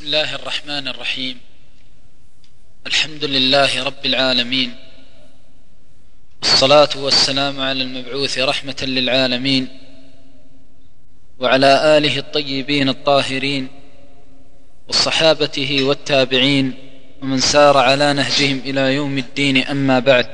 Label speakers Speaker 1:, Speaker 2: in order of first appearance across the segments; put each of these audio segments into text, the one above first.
Speaker 1: بسم الله الرحمن الرحيم. الحمد لله رب العالمين، والصلاة والسلام على المبعوث رحمة للعالمين وعلى آله الطيبين الطاهرين وصحابته والتابعين ومن سار على نهجهم إلى يوم الدين. أما بعد،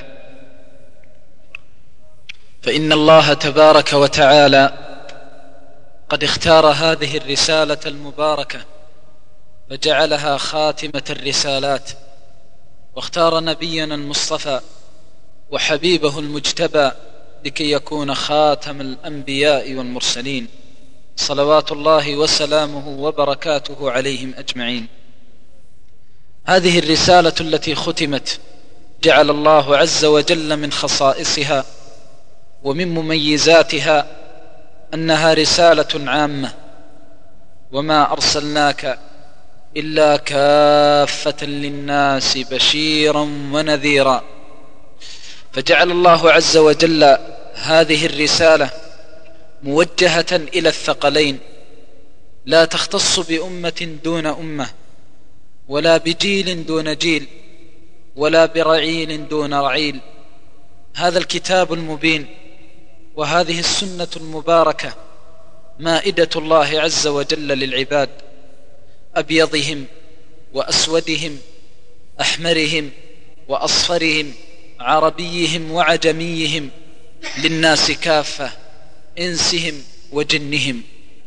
Speaker 1: فإن الله تبارك وتعالى قد اختار هذه الرسالة المباركة فجعلها خاتمة الرسالات، واختار نبينا المصطفى وحبيبه المجتبى لكي يكون خاتم الأنبياء والمرسلين، صلوات الله وسلامه وبركاته عليهم أجمعين. هذه الرسالة التي ختمت جعل الله عز وجل من خصائصها ومن مميزاتها أنها رسالة عامة، وما أرسلناك إلا كافة للناس بشيرا ونذيرا. فجعل الله عز وجل هذه الرسالة موجهة إلى الثقلين، لا تختص بأمة دون أمة، ولا بجيل دون جيل، ولا برعيل دون رعيل. هذا الكتاب المبين وهذه السنة المباركة مائدة الله عز وجل للعباد، أبيضهم وأسودهم، أحمرهم وأصفرهم، عربيهم وعجميهم، للناس كافة، إنسهم وجنهم.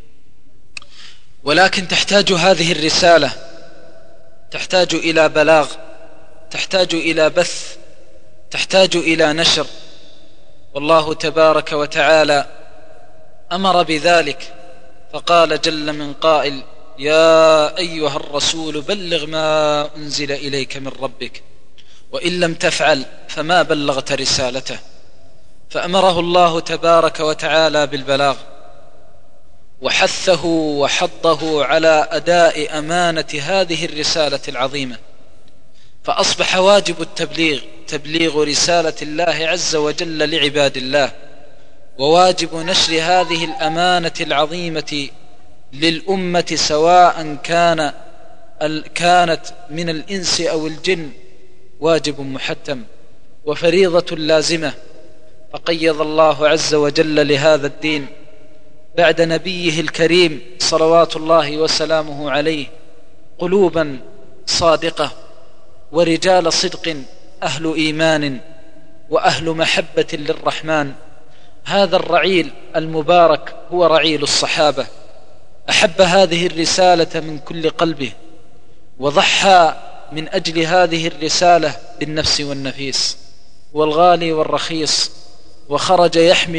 Speaker 1: ولكن تحتاج هذه الرسالة، تحتاج إلى بلاغ، تحتاج إلى بث، تحتاج إلى نشر. والله تبارك وتعالى أمر بذلك، فقال جل من قائل: يا أيها الرسول بلغ ما أنزل إليك من ربك وإن لم تفعل فما بلغت رسالته. فأمره الله تبارك وتعالى بالبلاغ، وحثه وحضه على أداء أمانة هذه الرسالة العظيمة. فأصبح واجب التبليغ تبليغ رسالة الله عز وجل لعباد الله، وواجب نشر هذه الأمانة العظيمة للأمة، سواء كانت من الإنس أو الجن، واجب محتم وفريضة لازمة. فقيض الله عز وجل لهذا الدين بعد نبيه الكريم صلوات الله وسلامه عليه قلوبا صادقة ورجال صدق، أهل إيمان وأهل محبة للرحمن. هذا الرعيل المبارك هو رعيل الصحابة، أحب هذه الرسالة من كل قلبه، وضحى من أجل هذه الرسالة بالنفس والنفيس والغالي والرخيص، وخرج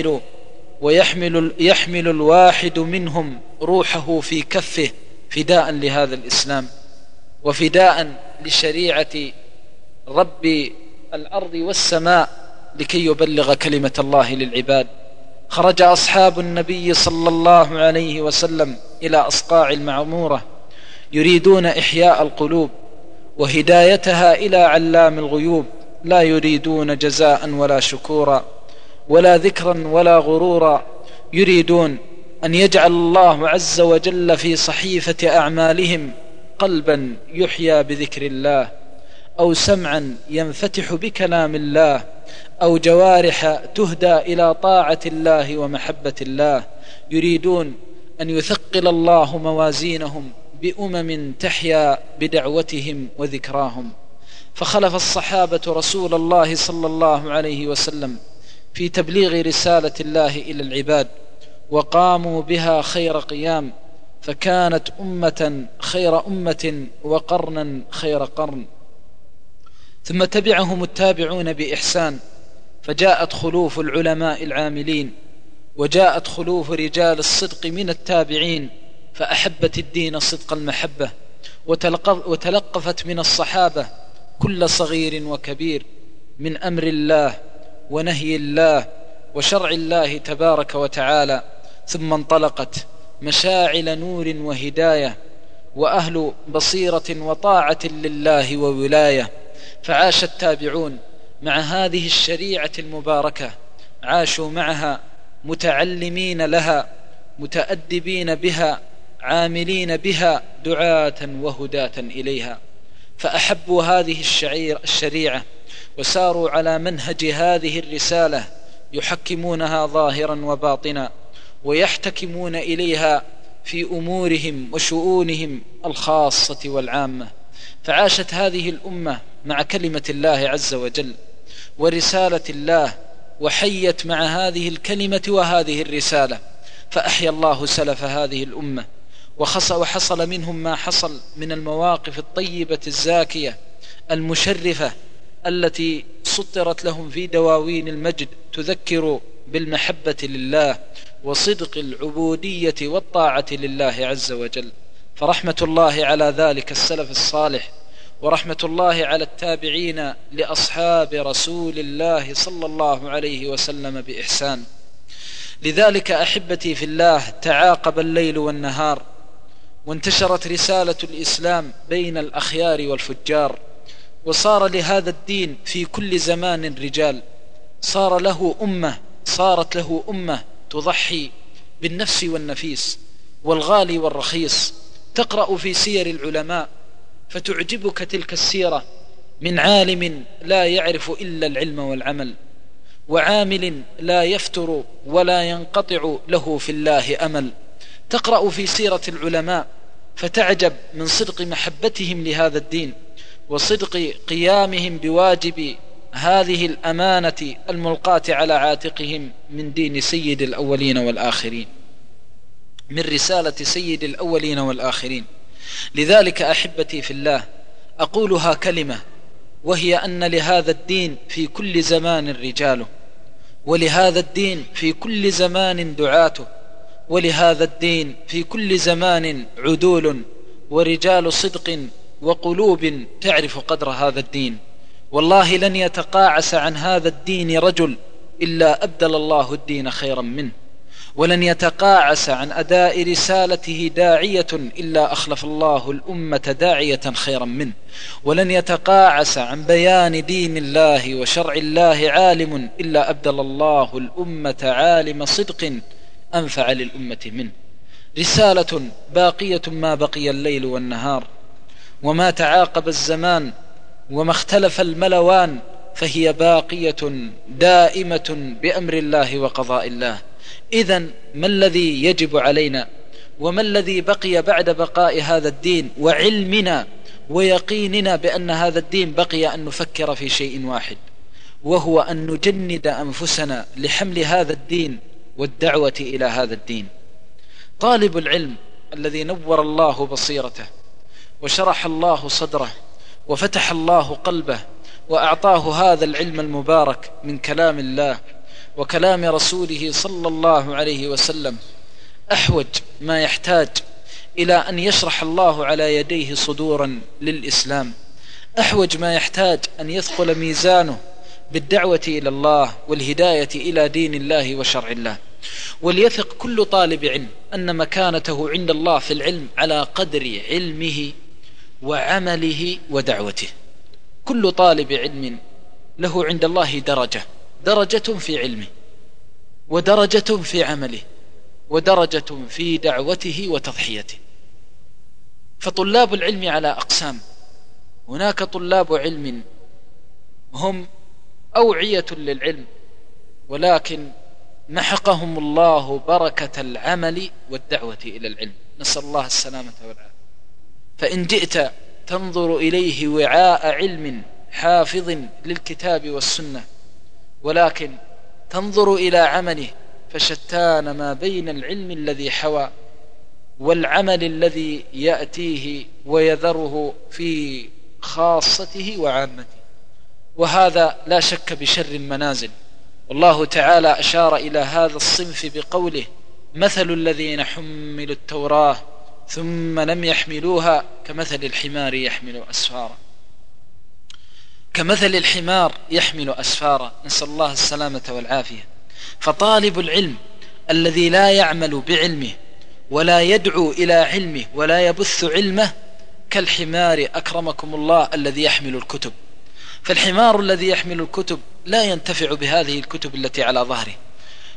Speaker 1: يحمل الواحد منهم روحه في كفه فداء لهذا الإسلام، وفداء لشريعة رب الأرض والسماء، لكي يبلغ كلمة الله للعباد. خرج أصحاب النبي صلى الله عليه وسلم إلى أصقاع المعمورة يريدون إحياء القلوب وهدايتها إلى علام الغيوب، لا يريدون جزاء ولا شكورا ولا ذكرا ولا غرورا، يريدون أن يجعل الله عز وجل في صحيفة أعمالهم قلبا يحيا بذكر الله، أو سمعا ينفتح بكلام الله، أو جوارح تهدى إلى طاعة الله ومحبة الله. يريدون أن يثقل الله موازينهم بأمم تحيا بدعوتهم وذكراهم. فخلف الصحابة رسول الله صلى الله عليه وسلم في تبليغ رسالة الله إلى العباد، وقاموا بها خير قيام، فكانت أمة خير أمة وقرنا خير قرن. ثم تبعهم التابعون بإحسان، فجاءت خلوف العلماء العاملين، وجاءت خلوف رجال الصدق من التابعين، فأحبت الدين صدق المحبة، وتلقفت من الصحابة كل صغير وكبير من أمر الله ونهي الله وشرع الله تبارك وتعالى. ثم انطلقت مشاعل نور وهداية وأهل بصيرة وطاعة لله وولاية. فعاش التابعون مع هذه الشريعة المباركة، عاشوا معها متعلمين لها، متأدبين بها، عاملين بها دعاة وهداة إليها، فأحبوا هذه الشريعة وساروا على منهج هذه الرسالة، يحكمونها ظاهرا وباطنا، ويحتكمون إليها في أمورهم وشؤونهم الخاصة والعامة. فعاشت هذه الأمة مع كلمة الله عز وجل ورسالة الله، وحيت مع هذه الكلمة وهذه الرسالة، فأحيا الله سلف هذه الأمة، وحصل منهم ما حصل من المواقف الطيبة الزاكية المشرفة التي سطرت لهم في دواوين المجد، تذكر بالمحبة لله وصدق العبودية والطاعة لله عز وجل. فرحمة الله على ذلك السلف الصالح، ورحمة الله على التابعين لأصحاب رسول الله صلى الله عليه وسلم بإحسان. لذلك أحبتي في الله تعاقب الليل والنهار، وانتشرت رسالة الإسلام بين الأخيار والفجار، وصار لهذا الدين في كل زمان رجال، صارت له أمة تضحي بالنفس والنفيس والغالي والرخيص. تقرأ في سير العلماء فتعجبك تلك السيرة من عالم لا يعرف إلا العلم والعمل، وعامل لا يفتر ولا ينقطع له في الله أمل. تقرأ في سيرة العلماء فتعجب من صدق محبتهم لهذا الدين، وصدق قيامهم بواجب هذه الأمانة الملقاة على عاتقهم من دين سيد الأولين والآخرين، من رسالة سيد الأولين والآخرين. لذلك أحبتي في الله أقولها كلمة، وهي أن لهذا الدين في كل زمان رجاله، ولهذا الدين في كل زمان دعاته، ولهذا الدين في كل زمان عدول ورجال صدق وقلوب تعرف قدر هذا الدين. والله لن يتقاعس عن هذا الدين رجل إلا أبدل الله الدين خيرا منه، ولن يتقاعس عن أداء رسالته داعية إلا أخلف الله الأمة داعية خيرا منه، ولن يتقاعس عن بيان دين الله وشرع الله عالم إلا أبدل الله الأمة عالم صدق أنفع للأمة منه. رسالة باقية ما بقي الليل والنهار، وما تعاقب الزمان، وما اختلف الملوان، فهي باقية دائمة بأمر الله وقضاء الله. إذن ما الذي يجب علينا، وما الذي بقي بعد بقاء هذا الدين وعلمنا ويقيننا بأن هذا الدين بقي؟ أن نفكر في شيء واحد، وهو أن نجند أنفسنا لحمل هذا الدين والدعوة إلى هذا الدين. طالب العلم الذي نور الله بصيرته وشرح الله صدره وفتح الله قلبه وأعطاه هذا العلم المبارك من كلام الله وكلام رسوله صلى الله عليه وسلم، أحوج ما يحتاج إلى أن يشرح الله على يديه صدورا للإسلام، أحوج ما يحتاج أن يثقل ميزانه بالدعوة إلى الله والهداية إلى دين الله وشرع الله. وليثق كل طالب علم أن مكانته عند الله في العلم على قدر علمه وعمله ودعوته. كل طالب علم له عند الله درجة في علمه، ودرجة في عمله، ودرجة في دعوته وتضحيته. فطلاب العلم على أقسام، هناك طلاب علم هم أوعية للعلم، ولكن محقهم الله بركة العمل والدعوة إلى العلم، نسأل الله السلامة والعافية. فإن جئت تنظر إليه وعاء علم حافظ للكتاب والسنة، ولكن تنظر إلى عمله فشتان ما بين العلم الذي حوى والعمل الذي يأتيه ويذره في خاصته وعامته، وهذا لا شك بشر المنازل. والله تعالى أشار إلى هذا الصنف بقوله: مثل الذين حملوا التوراة ثم لم يحملوها كمثل الحمار يحمل أسفارا، نسأل الله السلامة والعافية. فطالب العلم الذي لا يعمل بعلمه ولا يدعو إلى علمه ولا يبث علمه كالحمار أكرمكم الله الذي يحمل الكتب. فالحمار الذي يحمل الكتب لا ينتفع بهذه الكتب التي على ظهره،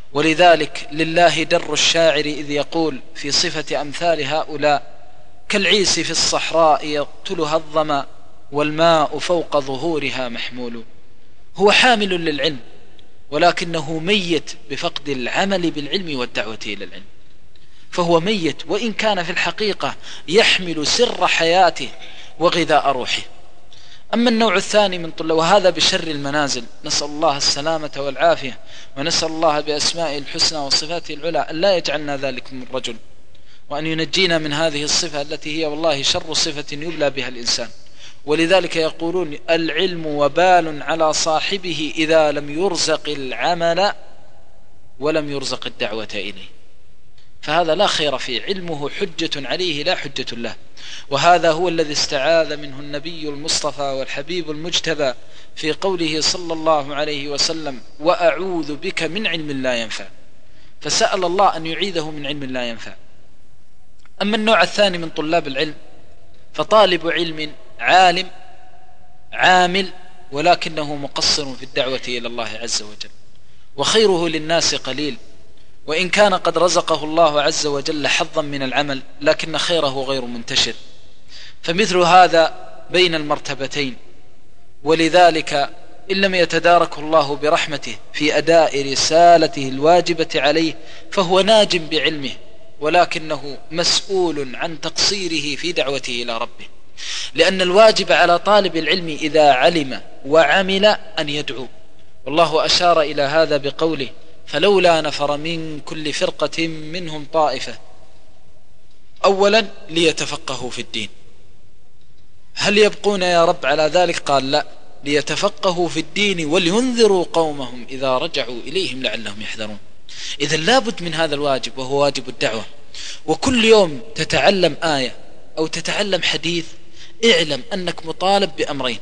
Speaker 1: ولذلك لله در الشاعر إذ يقول في صفة أمثال هؤلاء: كالعيس في الصحراء يقتلها الظما والماء فوق ظهورها محمول. هو حامل للعلم ولكنه ميت بفقد العمل بالعلم والدعوة إلى العلم، فهو ميت وإن كان في الحقيقة يحمل سر حياته وغذاء روحه. أما النوع الثاني من طلاب، وهذا بشر المنازل، نسأل الله السلامة والعافية، ونسأل الله بأسمائه الحسنى وصفاته العلى أن لا يجعلنا ذلك من الرجل، وأن ينجينا من هذه الصفة التي هي والله شر صفة يبلى بها الإنسان. ولذلك يقولون: العلم وبال على صاحبه إذا لم يرزق العمل ولم يرزق الدعوة إليه. فهذا لا خير فيه، علمه حجة عليه لا حجة له. وهذا هو الذي استعاذ منه النبي المصطفى والحبيب المجتبى في قوله صلى الله عليه وسلم: وأعوذ بك من علم لا ينفع. فسأل الله أن يعيذه من علم لا ينفع. أما النوع الثاني من طلاب العلم فطالب علم عالم عامل ولكنه مقصر في الدعوة إلى الله عز وجل، وخيره للناس قليل، وإن كان قد رزقه الله عز وجل حظا من العمل لكن خيره غير منتشر. فمثل هذا بين المرتبتين، ولذلك إن لم يتداركه الله برحمته في أداء رسالته الواجبة عليه فهو ناج بعلمه، ولكنه مسؤول عن تقصيره في دعوته إلى ربه. لأن الواجب على طالب العلم إذا علم وعمل أن يدعو، والله أشار إلى هذا بقوله: فلولا نفر من كل فرقة منهم طائفة. أولا ليتفقهوا في الدين. هل يبقون يا رب على ذلك؟ قال: لا، ليتفقهوا في الدين ولينذروا قومهم إذا رجعوا إليهم لعلهم يحذرون. إذن لابد من هذا الواجب، وهو واجب الدعوة. وكل يوم تتعلم آية أو تتعلم حديث، اعلم أنك مطالب بأمرين: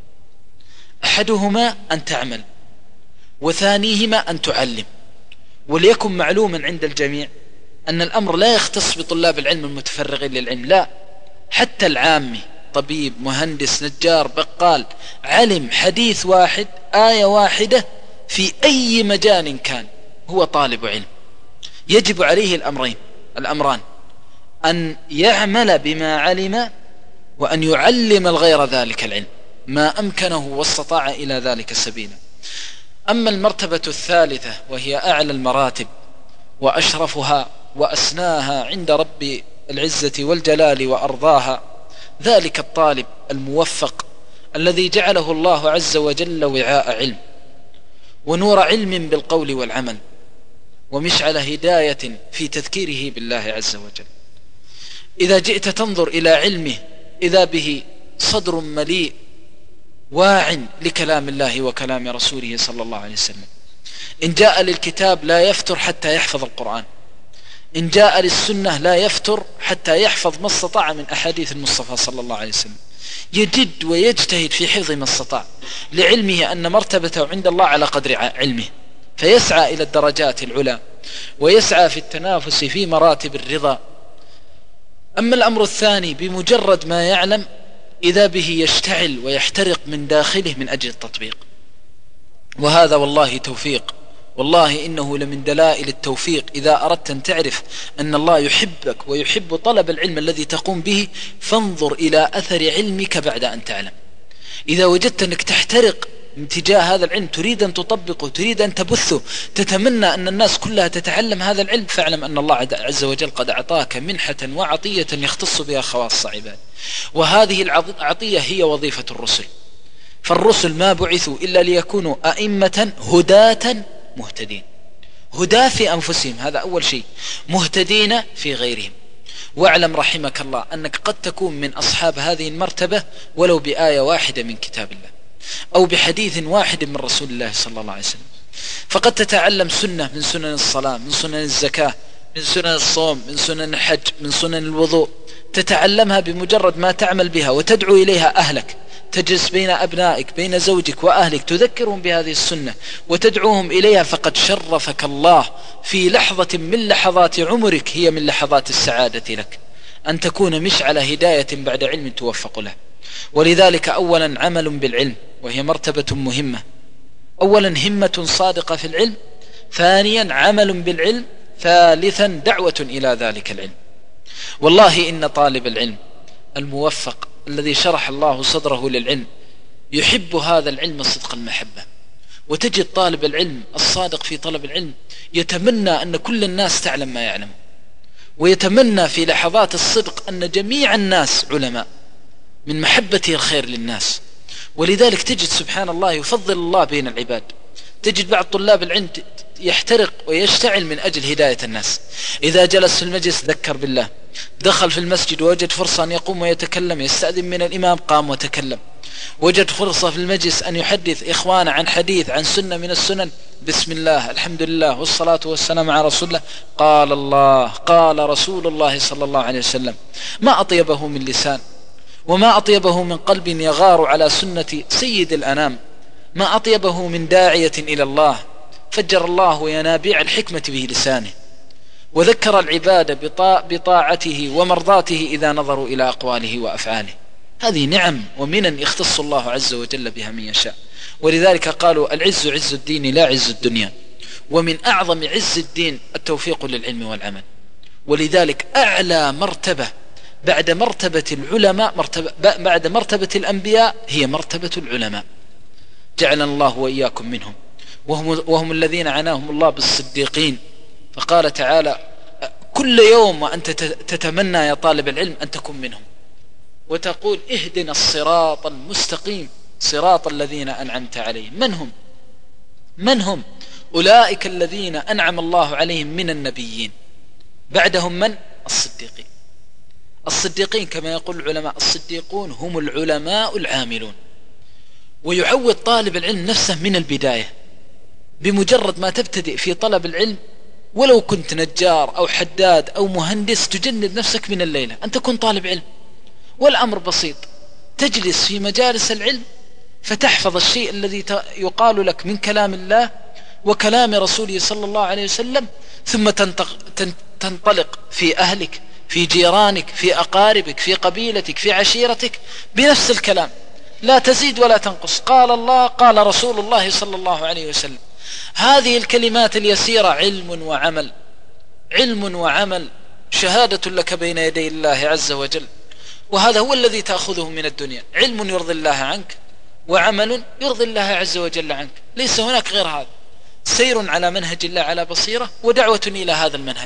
Speaker 1: أحدهما أن تعمل، وثانيهما أن تعلم. وليكن معلوما عند الجميع أن الأمر لا يختص بطلاب العلم المتفرغين للعلم، لا، حتى العامي، طبيب، مهندس، نجار، بقال، علم حديث واحد، آية واحدة في أي مجال كان، هو طالب علم. يجب عليه الأمران: أن يعمل بما علم، وأن يعلم الغير ذلك العلم ما أمكنه واستطاع إلى ذلك سبيلا. أما المرتبة الثالثة وهي أعلى المراتب وأشرفها وأسناها عند رب العزة والجلال وأرضاها، ذلك الطالب الموفق الذي جعله الله عز وجل وعاء علم ونور علم بالقول والعمل، ومشعل هداية في تذكيره بالله عز وجل. إذا جئت تنظر إلى علمه إذا به صدر مليء واع لكلام الله وكلام رسوله صلى الله عليه وسلم. إن جاء للكتاب لا يفتر حتى يحفظ القرآن، إن جاء للسنة لا يفتر حتى يحفظ ما استطاع من أحاديث المصطفى صلى الله عليه وسلم. يجد ويجتهد في حفظ ما استطاع، لعلمه أن مرتبته عند الله على قدر علمه، فيسعى إلى الدرجات العلى ويسعى في التنافس في مراتب الرضا. أما الأمر الثاني، بمجرد ما يعلم إذا به يشتعل ويحترق من داخله من أجل التطبيق، وهذا والله توفيق. والله إنه لمن دلائل التوفيق إذا أردت أن تعرف أن الله يحبك ويحب طلب العلم الذي تقوم به، فانظر إلى أثر علمك بعد أن تعلم. إذا وجدت أنك تحترق من تجاه هذا العلم، تريد أن تطبقه، تريد أن تبثه، تتمنى أن الناس كلها تتعلم هذا العلم، فاعلم أن الله عز وجل قد أعطاك منحة وعطية يختص بها خواص عباد. وهذه العطية هي وظيفة الرسل. فالرسل ما بعثوا إلا ليكونوا أئمة هداة مهتدين. هداة في أنفسهم، هذا أول شيء، مهتدين في غيرهم. واعلم رحمك الله أنك قد تكون من أصحاب هذه المرتبة ولو بآية واحدة من كتاب الله أو بحديث واحد من رسول الله صلى الله عليه وسلم. فقد تتعلم سنة من سنن الصلاة، من سنن الزكاة، من سنن الصوم، من سنن الحج، من سنن الوضوء، تتعلمها بمجرد ما تعمل بها وتدعو إليها أهلك، تجلس بين أبنائك، بين زوجك وأهلك، تذكرهم بهذه السنة وتدعوهم إليها، فقد شرفك الله في لحظة من لحظات عمرك هي من لحظات السعادة لك، أن تكون مشعل هداية بعد علم توفق له. ولذلك أولا عمل بالعلم، وهي مرتبة مهمة. أولا همة صادقة في العلم، ثانيا عمل بالعلم، ثالثا دعوة إلى ذلك العلم. والله إن طالب العلم الموفق الذي شرح الله صدره للعلم يحب هذا العلم صدق المحبة. وتجد طالب العلم الصادق في طلب العلم يتمنى أن كل الناس تعلم ما يعلم، ويتمنى في لحظات الصدق أن جميع الناس علماء من محبته الخير للناس. ولذلك تجد سبحان الله يفضل الله بين العباد. تجد بعض طلاب العلم يحترق ويشتعل من أجل هداية الناس. إذا جلس في المجلس ذكر بالله، دخل في المسجد ووجد فرصة أن يقوم ويتكلم، يستأذن من الإمام، قام وتكلم. وجد فرصة في المجلس أن يحدث إخوانه عن حديث عن سنة من السنن، بسم الله الحمد لله والصلاة والسلام على رسول الله، قال الله قال رسول الله صلى الله عليه وسلم. ما أطيبه من لسان، وما أطيبه من قلب يغار على سنة سيد الأنام، ما أطيبه من داعية إلى الله فجر الله ينابيع الحكمة به لسانه، وذكر العباد بطاعته ومرضاته إذا نظروا إلى أقواله وأفعاله. هذه نعم ومنن يختص الله عز وجل بها من يشاء. ولذلك قالوا العز عز الدين لا عز الدنيا، ومن أعظم عز الدين التوفيق للعلم والعمل. ولذلك أعلى مرتبة بعد مرتبة العلماء، بعد مرتبة الأنبياء، هي مرتبة العلماء، جعلنا الله وإياكم منهم. وهم الذين عناهم الله بالصديقين. فقال تعالى كل يوم وأنت تتمنى يا طالب العلم أن تكون منهم، وتقول اهدنا الصراط المستقيم صراط الذين أنعمت عليهم. من هم؟ أولئك الذين أنعم الله عليهم من النبيين، بعدهم من؟ الصديقين. الصديقين كما يقول العلماء الصديقون هم العلماء العاملون. ويعود طالب العلم نفسه من البداية، بمجرد ما تبتدئ في طلب العلم، ولو كنت نجار أو حداد أو مهندس، تجنب نفسك من الليلة أن تكون طالب علم. والأمر بسيط، تجلس في مجالس العلم فتحفظ الشيء الذي يقال لك من كلام الله وكلام رسوله صلى الله عليه وسلم، ثم تنطلق في أهلك، في جيرانك، في أقاربك، في قبيلتك، في عشيرتك، بنفس الكلام، لا تزيد ولا تنقص. قال الله قال رسول الله صلى الله عليه وسلم. هذه الكلمات اليسيرة علم وعمل، علم وعمل، شهادة لك بين يدي الله عز وجل. وهذا هو الذي تأخذه من الدنيا، علم يرضي الله عنك، وعمل يرضي الله عز وجل عنك، ليس هناك غير هذا. سير على منهج الله على بصيرة، ودعوة إلى هذا المنهج.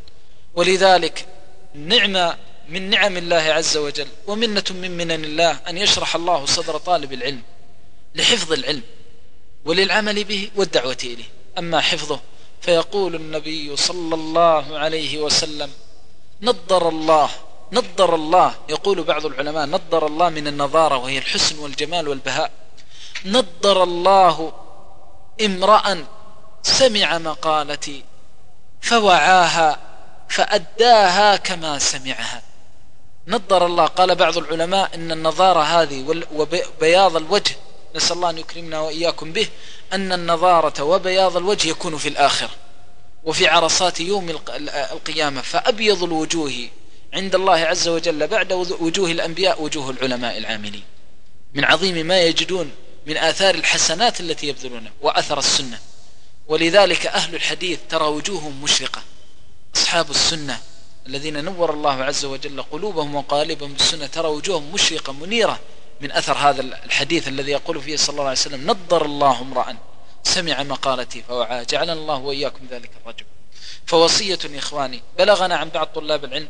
Speaker 1: ولذلك نعمة من نعم الله عز وجل ومنة من منن الله أن يشرح الله صدر طالب العلم لحفظ العلم وللعمل به والدعوة إليه. أما حفظه فيقول النبي صلى الله عليه وسلم نضر الله، يقول بعض العلماء نضر الله من النظارة وهي الحسن والجمال والبهاء، نضر الله امرأ سمع مقالتي فوعاها فأداها كما سمعها. نضر الله. قال بعض العلماء إن النظارة هذه وبياض الوجه، نسأل الله أن يكرمنا وإياكم به، أن النظارة وبياض الوجه يكون في الآخرة وفي عرصات يوم القيامة. فأبيض الوجوه عند الله عز وجل بعد وجوه الأنبياء وجوه العلماء العاملين، من عظيم ما يجدون من آثار الحسنات التي يبذلونها وأثر السنة. ولذلك أهل الحديث ترى وجوههم مشرقة، أصحاب السنة الذين نور الله عز وجل قلوبهم وقالبهم بالسنة ترى وجوههم مشرقة منيرة من أثر هذا الحديث الذي يقول فيه صلى الله عليه وسلم نضر الله امرأ سمع مقالتي فوعاها. جعلنا الله وإياكم ذلك الرجل. فوصية إخواني، بلغنا عن بعض طلاب العلم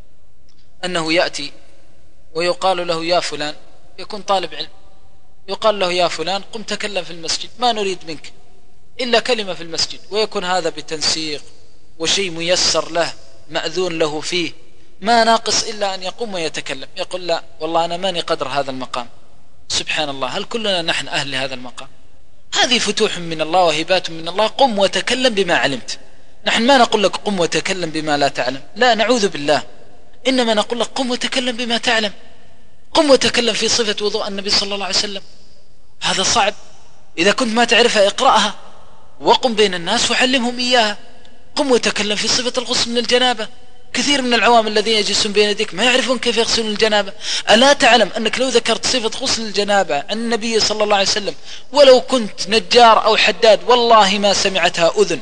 Speaker 1: أنه يأتي ويقال له يا فلان، يكون طالب علم، يقال له يا فلان قم تكلم في المسجد، ما نريد منك إلا كلمة في المسجد، ويكون هذا بتنسيق وشيء ميسر له مأذون له فيه، ما ناقص إلا أن يقوم ويتكلم. يقول لا والله أنا ماني قدر هذا المقام. سبحان الله، هل كلنا نحن أهل هذا المقام؟ هذه فتوح من الله وهبات من الله. قم وتكلم بما علمت. نحن ما نقول لك قم وتكلم بما لا تعلم، لا، نعوذ بالله، إنما نقول لك قم وتكلم بما تعلم. قم وتكلم في صفة وضوء النبي صلى الله عليه وسلم، هذا صعب. إذا كنت ما تعرفها اقرأها وقم بين الناس وعلمهم إياها. قم وتكلم في صفة الغسل من الجنابة. كثير من العوام الذين يجلسون بين يديك ما يعرفون كيف يغسلون الجنابة. ألا تعلم أنك لو ذكرت صفة غسل الجنابة عن النبي صلى الله عليه وسلم ولو كنت نجار أو حداد والله ما سمعتها أذن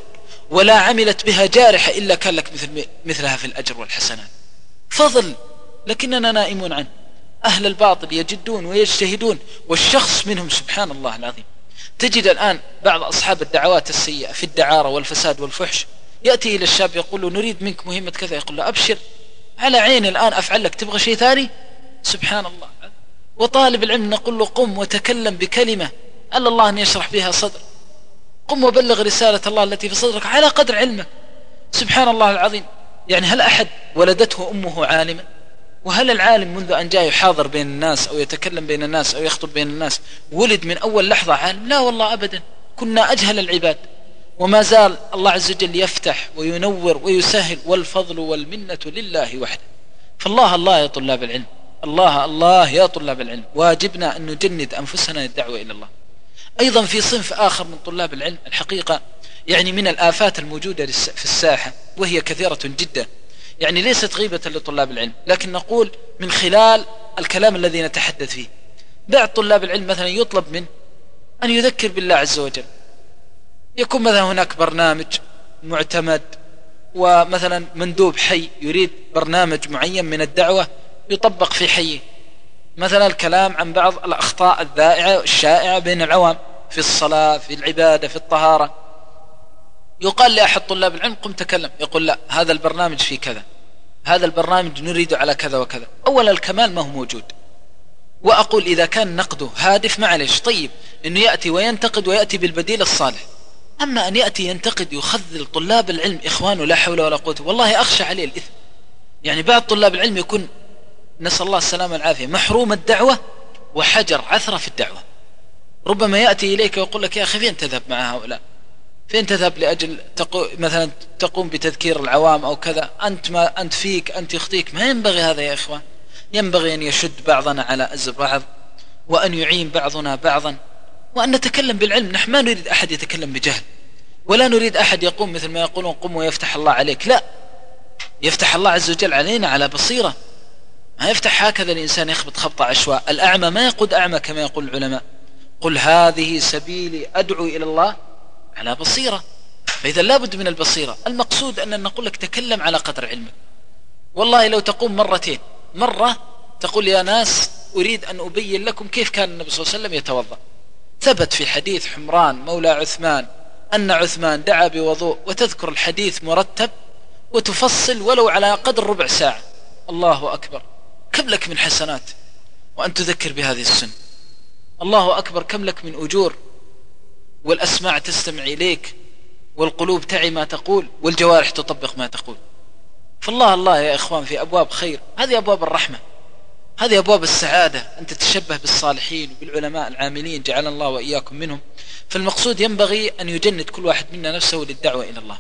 Speaker 1: ولا عملت بها جارحة إلا كان لك مثلها في الأجر والحسنات. فضل لكننا نائمون عنه. أهل الباطل يجدون ويجتهدون، والشخص منهم سبحان الله العظيم. تجد الآن بعض أصحاب الدعوات السيئة في الدعارة والفساد والفحش يأتي إلى الشاب يقول له نريد منك مهمة كذا، يقول له أبشر على عيني الآن أفعل لك، تبغى شيء ثاني؟ سبحان الله. وطالب العلم نقول له قم وتكلم بكلمة ألا الله أن يشرح بها صدر، قم وبلغ رسالة الله التي في صدرك على قدر علمك. سبحان الله العظيم. يعني هل أحد ولدته أمه عالما؟ وهل العالم منذ أن جاء يحاضر بين الناس أو يتكلم بين الناس أو يخطب بين الناس ولد من أول لحظة عالم؟ لا والله أبدا، كنا أجهل العباد، وما زال الله عز وجل يفتح وينور ويسهل، والفضل والمنة لله وحده. فالله الله يا طلاب العلم، الله الله يا طلاب العلم، واجبنا أن نجند أنفسنا للدعوة إلى الله. أيضا في صنف آخر من طلاب العلم الحقيقة يعني من الآفات الموجودة في الساحة، وهي كثيرة جدا، يعني ليست غيبة لطلاب العلم، لكن نقول من خلال الكلام الذي نتحدث فيه. بعض طلاب العلم مثلا يطلب منه أن يذكر بالله عز وجل، يكون مثلا هناك برنامج معتمد، ومثلا مندوب حي يريد برنامج معين من الدعوة يطبق في حيه، مثلا الكلام عن بعض الأخطاء الذائعة الشائعة بين العوام في الصلاة، في العبادة، في الطهارة. يقال لأحد طلاب العلم قم تكلم، يقول لا، هذا البرنامج فيه كذا، هذا البرنامج نريد على كذا وكذا. أولا الكمال ما هو موجود، وأقول إذا كان نقده هادف معلش طيب إنه يأتي وينتقد ويأتي بالبديل الصالح. أما أن يأتي ينتقد يخذل طلاب العلم إخوانه لا حول ولا قوة، والله أخشى عليه الإثم. يعني بعض طلاب العلم يكون نسأل الله السلامة والعافية محروم الدعوة وحجر عثرة في الدعوة، ربما يأتي إليك ويقول لك يا أخي فين تذهب مع هؤلاء؟ فين تذهب لأجل مثلا تقوم بتذكير العوام أو كذا؟ أنت فيك، أنت يخطيك. ما ينبغي هذا يا إخوان، ينبغي أن يشد بعضنا على أزر بعض، وأن يعين بعضنا بعضا، وأن نتكلم بالعلم. نحن ما نريد أحد يتكلم بجهل، ولا نريد أحد يقوم مثل ما يقولون قم ويفتح الله عليك. لا، يفتح الله عز وجل علينا على بصيرة، ما يفتح هكذا الإنسان يخبط خبط عشواء. الأعمى ما يقود أعمى كما يقول العلماء، قل هذه سبيلي أدعو إلى الله على بصيرة. فإذا لابد من البصيرة. المقصود أن نقول لك تكلم على قدر علمك. والله لو تقوم مرتين، مرة تقول يا ناس أريد أن أبين لكم كيف كان النبي صلى الله عليه وسلم يتوضأ. ثبت في حديث حمران مولى عثمان أن عثمان دعا بوضوء، وتذكر الحديث مرتب وتفصل ولو على قدر ربع ساعة. الله أكبر، كم لك من حسنات وأن تذكر بهذه السنة. الله أكبر، كم لك من أجور، والأسماع تستمع إليك، والقلوب تعي ما تقول، والجوارح تطبق ما تقول. فالله الله يا إخوان في أبواب خير، هذه أبواب الرحمة، هذه أبواب السعادة، أن تتشبه بالصالحين وبالعلماء العاملين جعلنا الله وإياكم منهم. فالمقصود ينبغي أن يجند كل واحد منا نفسه للدعوة إلى الله.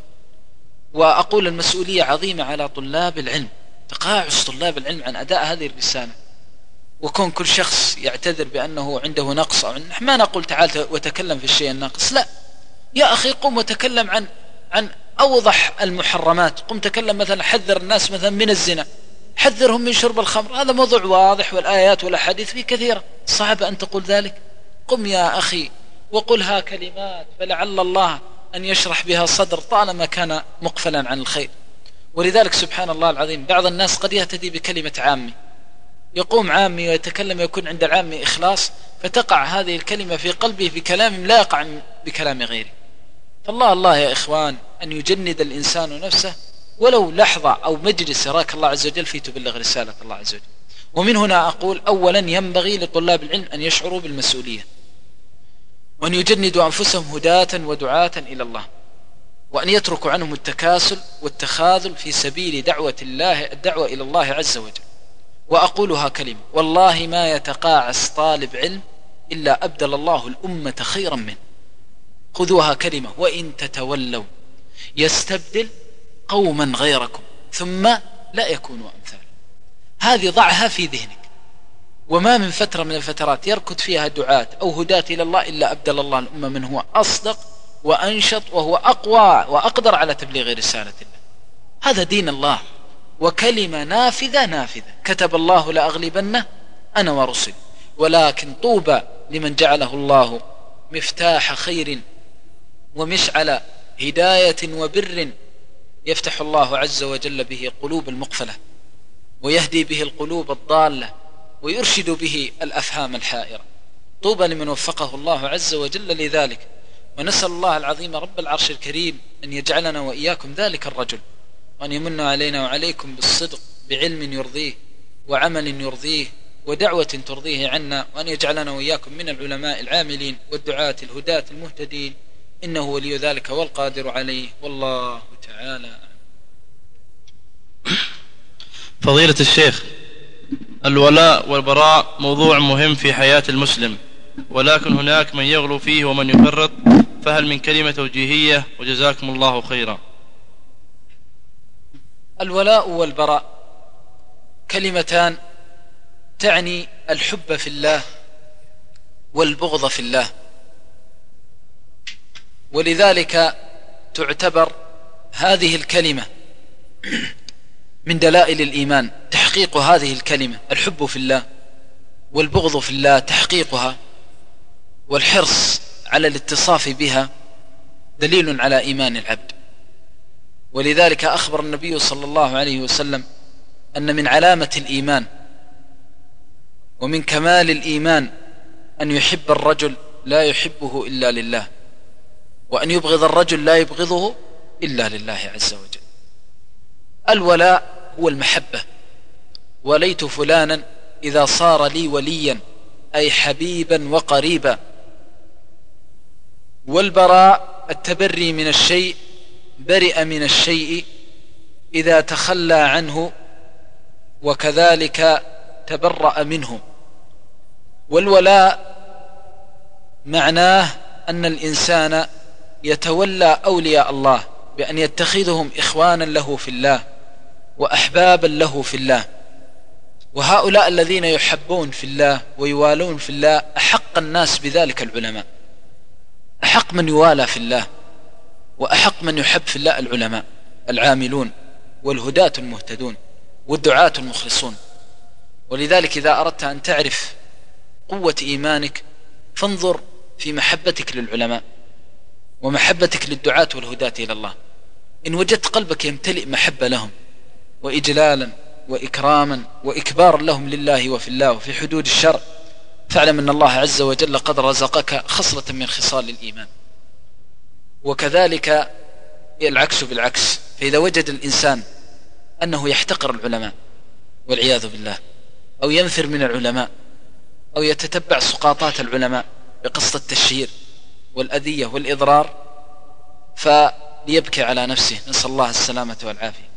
Speaker 1: وأقول المسؤولية عظيمة على طلاب العلم، تقاعس طلاب العلم عن أداء هذه الرسالة، وكون كل شخص يعتذر بأنه عنده نقص، أو ما نقول تعال وتكلم في الشيء الناقص، لا يا أخي قم وتكلم عن أوضح المحرمات. قم تكلم مثلا حذر الناس مثلا من الزنا، حذرهم من شرب الخمر، هذا موضوع واضح والآيات والأحاديث فيه كثيرة، صعب أن تقول ذلك. قم يا أخي وقلها كلمات فلعل الله أن يشرح بها صدر طالما كان مقفلا عن الخير. ولذلك سبحان الله العظيم بعض الناس قد يهتدي بكلمة عامي، يقوم عامي ويتكلم يكون عند العامي إخلاص، فتقع هذه الكلمة في قلبه بكلام لا يقع بكلام غيره. فالله الله يا إخوان أن يجند الإنسان نفسه ولو لحظة أو مجلس يراك الله عز وجل فيه تبلغ رسالة الله عز وجل. ومن هنا أقول أولا ينبغي لطلاب العلم أن يشعروا بالمسؤولية، وأن يجندوا أنفسهم هداة ودعاة إلى الله، وأن يتركوا عنهم التكاسل والتخاذل في سبيل الدعوة إلى الله عز وجل. وأقولها كلمة، والله ما يتقاعس طالب علم إلا أبدل الله الأمة خيرا منه. خذوها كلمة، وإن تتولوا يستبدل قوما غيركم ثم لا يكونوا أمثال. هذه ضعها في ذهنك. وما من فترة من الفترات يركض فيها دعاة أو هداة إلى الله إلا أبدل الله الأمة من هو أصدق وأنشط وهو أقوى وأقدر على تبليغ رسالة الله. هذا دين الله، وكلمة نافذة كتب الله لأغلبن أنا ورسلي. ولكن طوبى لمن جعله الله مفتاح خير ومشعل هداية وبر يفتح الله عز وجل به قلوب المقفلة، ويهدي به القلوب الضالة، ويرشد به الأفهام الحائرة. طوبى لمن وفقه الله عز وجل لذلك. ونسأل الله العظيم رب العرش الكريم أن يجعلنا وإياكم ذلك الرجل، وأن يمن علينا وعليكم بالصدق بعلم يرضيه وعمل يرضيه ودعوة ترضيه عنا، وأن يجعلنا وإياكم من العلماء العاملين والدعاة الهداة المهتدين، إنه ولي ذلك والقادر عليه، والله تعالى.
Speaker 2: فضيلة الشيخ، الولاء والبراء موضوع مهم في حياة المسلم، ولكن هناك من يغلو فيه ومن يفرط، فهل من كلمة توجيهية؟ وجزاكم الله خيرا.
Speaker 1: الولاء والبراء كلمتان تعني الحب في الله والبغض في الله، ولذلك تعتبر هذه الكلمة من دلائل الإيمان. تحقيق هذه الكلمة الحب في الله والبغض في الله، تحقيقها والحرص على الاتصاف بها دليل على إيمان العبد. ولذلك أخبر النبي صلى الله عليه وسلم أن من علامة الإيمان ومن كمال الإيمان أن يحب الرجل لا يحبه إلا لله، وأن يبغض الرجل لا يبغضه إلا لله عز وجل. الولاء هو المحبة، وليت فلانا إذا صار لي وليا، أي حبيبا وقريبا. والبراء التبري من الشيء، برئ من الشيء إذا تخلى عنه وكذلك تبرأ منه. والولاء معناه أن الإنسان يتولى أولياء الله بأن يتخذهم إخوانا له في الله وأحبابا له في الله. وهؤلاء الذين يحبون في الله ويوالون في الله أحق الناس بذلك العلماء، أحق من يوالى في الله وأحق من يحب في الله العلماء العاملون والهداة المهتدون والدعاة المخلصون. ولذلك إذا أردت أن تعرف قوة إيمانك فانظر في محبتك للعلماء ومحبتك للدعاة والهداة إلى الله. إن وجدت قلبك يمتلئ محبة لهم وإجلالا وإكراما وإكبارا لهم لله وفي الله وفي حدود الشرع، فاعلم أن الله عز وجل قد رزقك خصلة من خصال الإيمان. وكذلك العكس بالعكس، فإذا وجد الإنسان أنه يحتقر العلماء والعياذ بالله، أو ينفر من العلماء، أو يتتبع سقاطات العلماء بقصد التشهير والأذية والإضرار، فليبكي على نفسه، نسأل الله السلامة والعافية.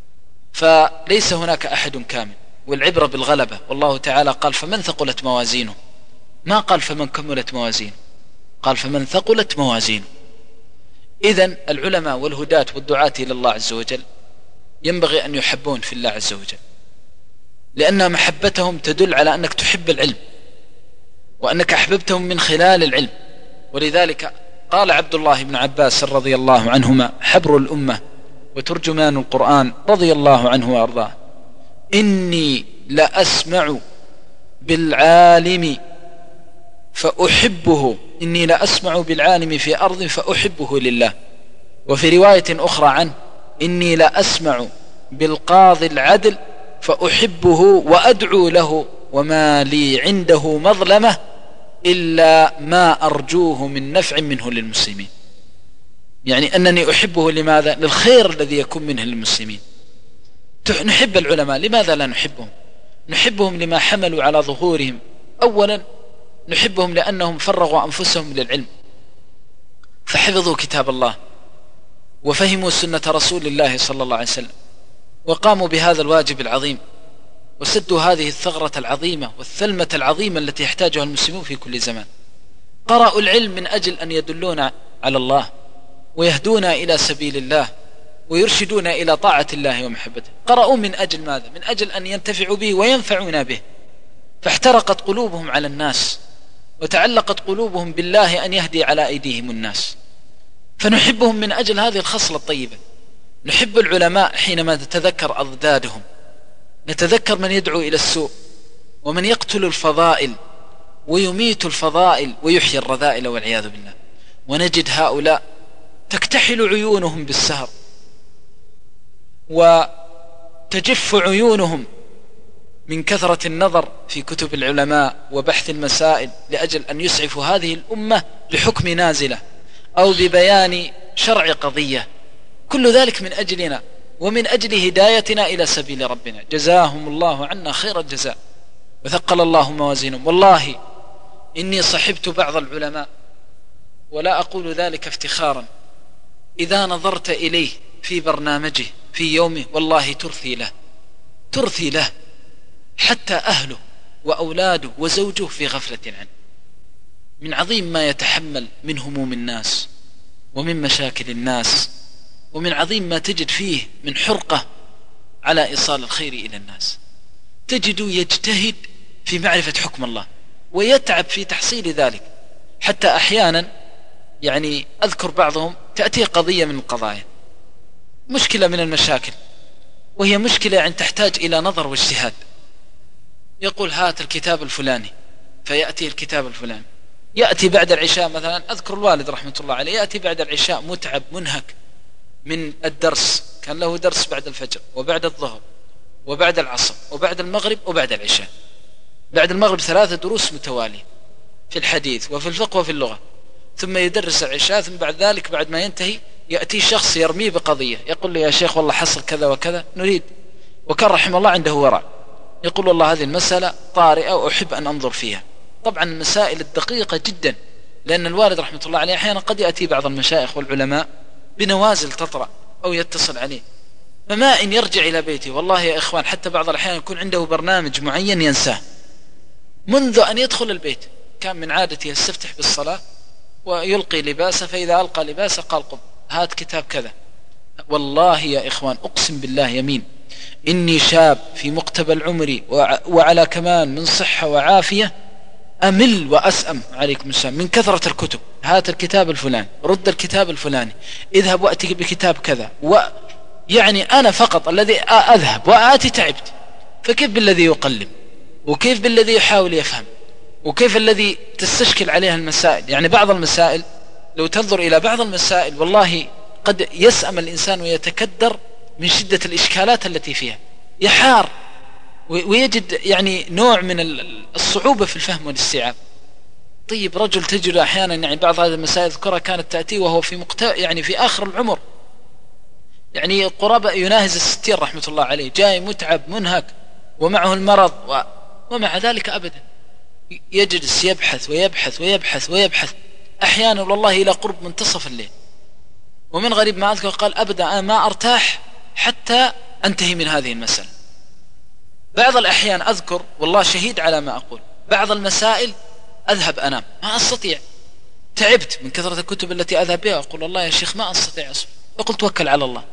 Speaker 1: فليس هناك أحد كامل، والعبرة بالغلبة. والله تعالى قال فمن ثقلت موازينه، ما قال فمن كملت موازينه، قال فمن ثقلت موازينه. إذن العلماء والهداة والدعاة إلى الله عز وجل ينبغي أن يحبون في الله عز وجل، لأن محبتهم تدل على أنك تحب العلم وأنك أحببتهم من خلال العلم. ولذلك قال عبد الله بن عباس رضي الله عنهما حبر الأمة وترجمان القرآن رضي الله عنه وأرضاه: إني لأسمع بالعالم فأحبه، إني لأسمع بالعالم في أرض فأحبه لله. وفي رواية أخرى عنه: إني لأسمع بالقاضي العدل فأحبه وأدعو له وما لي عنده مظلمة إلا ما أرجوه من نفع منه للمسلمين. يعني أنني أحبه لماذا؟ للخير الذي يكون منه للمسلمين. نحب العلماء، لماذا لا نحبهم؟ نحبهم لما حملوا على ظهورهم. أولا نحبهم لأنهم فرغوا أنفسهم للعلم، فحفظوا كتاب الله وفهموا سنة رسول الله صلى الله عليه وسلم، وقاموا بهذا الواجب العظيم، وسدوا هذه الثغرة العظيمة والثلمة العظيمة التي يحتاجها المسلمون في كل زمان. قرأوا العلم من أجل أن يدلونا على الله ويهدونا إلى سبيل الله ويرشدونا إلى طاعة الله ومحبته. قرأوا من أجل ماذا؟ من أجل أن ينتفعوا به وينفعونا به. فاحترقت قلوبهم على الناس وتعلقت قلوبهم بالله أن يهدي على أيديهم الناس، فنحبهم من أجل هذه الخصلة الطيبة. نحب العلماء حينما نتذكر أضدادهم، نتذكر من يدعو إلى السوء ومن يقتل الفضائل ويميت الفضائل ويحيي الرذائل والعياذ بالله. ونجد هؤلاء تكتحل عيونهم بالسهر وتجف عيونهم من كثرة النظر في كتب العلماء وبحث المسائل لأجل أن يسعفوا هذه الأمة بحكم نازلة أو ببيان شرع قضية، كل ذلك من أجلنا ومن أجل هدايتنا إلى سبيل ربنا. جزاهم الله عنا خير الجزاء وثقل الله موازينهم. والله إني صحبت بعض العلماء ولا أقول ذلك افتخارا، إذا نظرت إليه في برنامجه في يومه والله ترثي له حتى أهله وأولاده وزوجه في غفلة عنه، من عظيم ما يتحمل من هموم الناس ومن مشاكل الناس، ومن عظيم ما تجد فيه من حرقة على إيصال الخير إلى الناس. تجد يجتهد في معرفة حكم الله ويتعب في تحصيل ذلك، حتى أحيانا يعني أذكر بعضهم تأتي قضية من القضايا، مشكلة من المشاكل، وهي مشكلة يعني تحتاج إلى نظر واجتهاد، يقول هات الكتاب الفلاني، فيأتي الكتاب الفلاني، يأتي بعد العشاء مثلا. أذكر الوالد رحمة الله عليه يأتي بعد العشاء متعب منهك من الدرس، كان له درس بعد الفجر وبعد الظهر وبعد العصر وبعد المغرب وبعد العشاء، بعد المغرب 3 دروس متوالية في الحديث وفي الفقه وفي اللغة، ثم يدرس العشاء، ثم بعد ذلك بعد ما ينتهي يأتي شخص يرميه بقضية، يقول لي يا شيخ والله حصل كذا وكذا نريد، وكان رحمه الله عنده ورع، يقول والله هذه المسألة طارئة وأحب أن أنظر فيها. طبعا المسائل الدقيقة جدا، لأن الوالد رحمة الله عليه أحيانا قد يأتي بعض المشايخ والعلماء بنوازل تطرأ أو يتصل عليه، فما إن يرجع إلى بيته والله يا إخوان حتى بعض الأحيان يكون عنده برنامج معين ينساه منذ أن يدخل البيت. كان من عادته يستفتح بالصلاة ويلقي لباسه، فإذا ألقى لباسه قال قم هات كتاب كذا. والله يا إخوان أقسم بالله يمين إني شاب في مقتبل عمري وعلى كمان من صحة وعافية أمل وأسأم عليكم السلام من كثرة الكتب. هات الكتاب الفلاني، رد الكتاب الفلاني، اذهب وأتي بكتاب كذا، يعني أنا فقط الذي أذهب وآتي تعبت، فكيف بالذي يقلب، وكيف بالذي يحاول يفهم، وكيف الذي تستشكل عليها المسائل. يعني بعض المسائل لو تنظر إلى بعض المسائل والله قد يسأم الإنسان ويتكدر من شدة الإشكالات التي فيها، يحار ويجد يعني نوع من الصعوبة في الفهم والاستيعاب. طيب رجل تجد أحيانا يعني بعض هذه المسائل ذكرها كانت تأتي وهو في يعني في آخر العمر، يعني قرابة يناهز 60 رحمة الله عليه، جاي متعب منهك ومعه المرض ومع ذلك أبدا يجلس يبحث ويبحث ويبحث ويبحث أحيانا والله إلى قرب منتصف الليل. ومن غريب ما أذكر قال أبدا أنا ما أرتاح حتى أنتهي من هذه المسألة. بعض الأحيان أذكر والله شهيد على ما أقول، بعض المسائل أذهب أنام ما أستطيع، تعبت من كثرة الكتب التي أذهب بها، أقول الله يا شيخ ما أستطيع أصبر، أقول توكل على الله،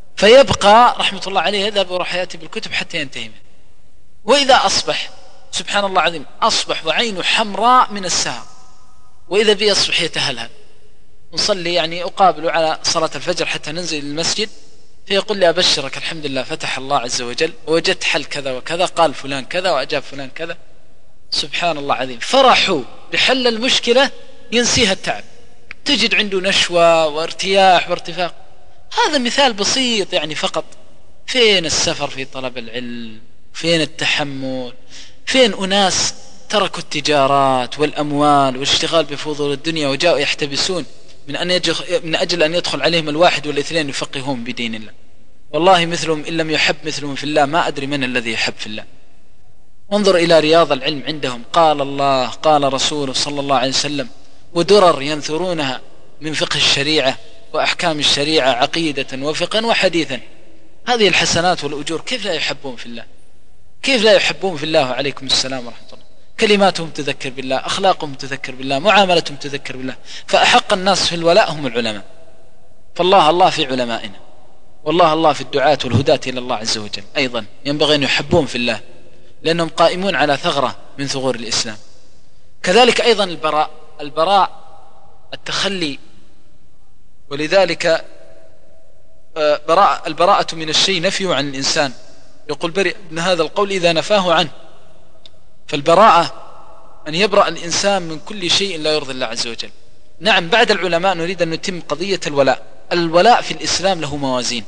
Speaker 1: فيبقى رحمة الله عليه يذهب ويروح يأتي بالكتب حتى ينتهي منه. وإذا أصبح سبحان الله العظيم أصبح وعينه حمراء من السهر، وإذا بي يصبح يتهلهل، نصلي يعني أقابله على صلاة الفجر حتى ننزل المسجد، فيقول لي أبشرك الحمد لله فتح الله عز وجل ووجدت حل كذا وكذا، قال فلان كذا وأجاب فلان كذا. سبحان الله العظيم فرحوا بحل المشكلة ينسيها التعب، تجد عنده نشوة وارتياح وارتفاق. هذا مثال بسيط يعني فقط. فين السفر في طلب العلم؟ فين التحمل؟ فين أناس تركوا التجارات والأموال والاشتغال بفضول الدنيا وجاءوا يحتبسون من أجل أن يدخل عليهم الواحد والاثنين يفقهون بدين الله. والله مثلهم إن لم يحب مثلهم في الله ما أدري من الذي يحب في الله. انظر إلى رياض العلم عندهم، قال الله قال رسوله صلى الله عليه وسلم، ودرر ينثرونها من فقه الشريعة وأحكام الشريعة عقيدة وفقا وحديثا. هذه الحسنات والأجور كيف لا يحبون في الله؟ كيف لا يحبون في الله؟ عليكم السلام ورحمة الله. كلماتهم تذكر بالله، أخلاقهم تذكر بالله، معاملتهم تذكر بالله. فأحق الناس في الولاء هم العلماء، فالله الله في علمائنا، والله الله في الدعاة والهداة إلى الله عز وجل. أيضا ينبغي أن يحبون في الله لأنهم قائمون على ثغرة من ثغور الإسلام. كذلك أيضا البراء التخلي، ولذلك البراءة من الشيء نفيه عن الإنسان، يقول برئ من هذا القول إذا نفاه عنه. فالبراءة أن يبرأ الإنسان من كل شيء لا يرضي الله عز وجل. نعم، بعد العلماء نريد أن نتم قضية الولاء. الولاء في الإسلام له موازين.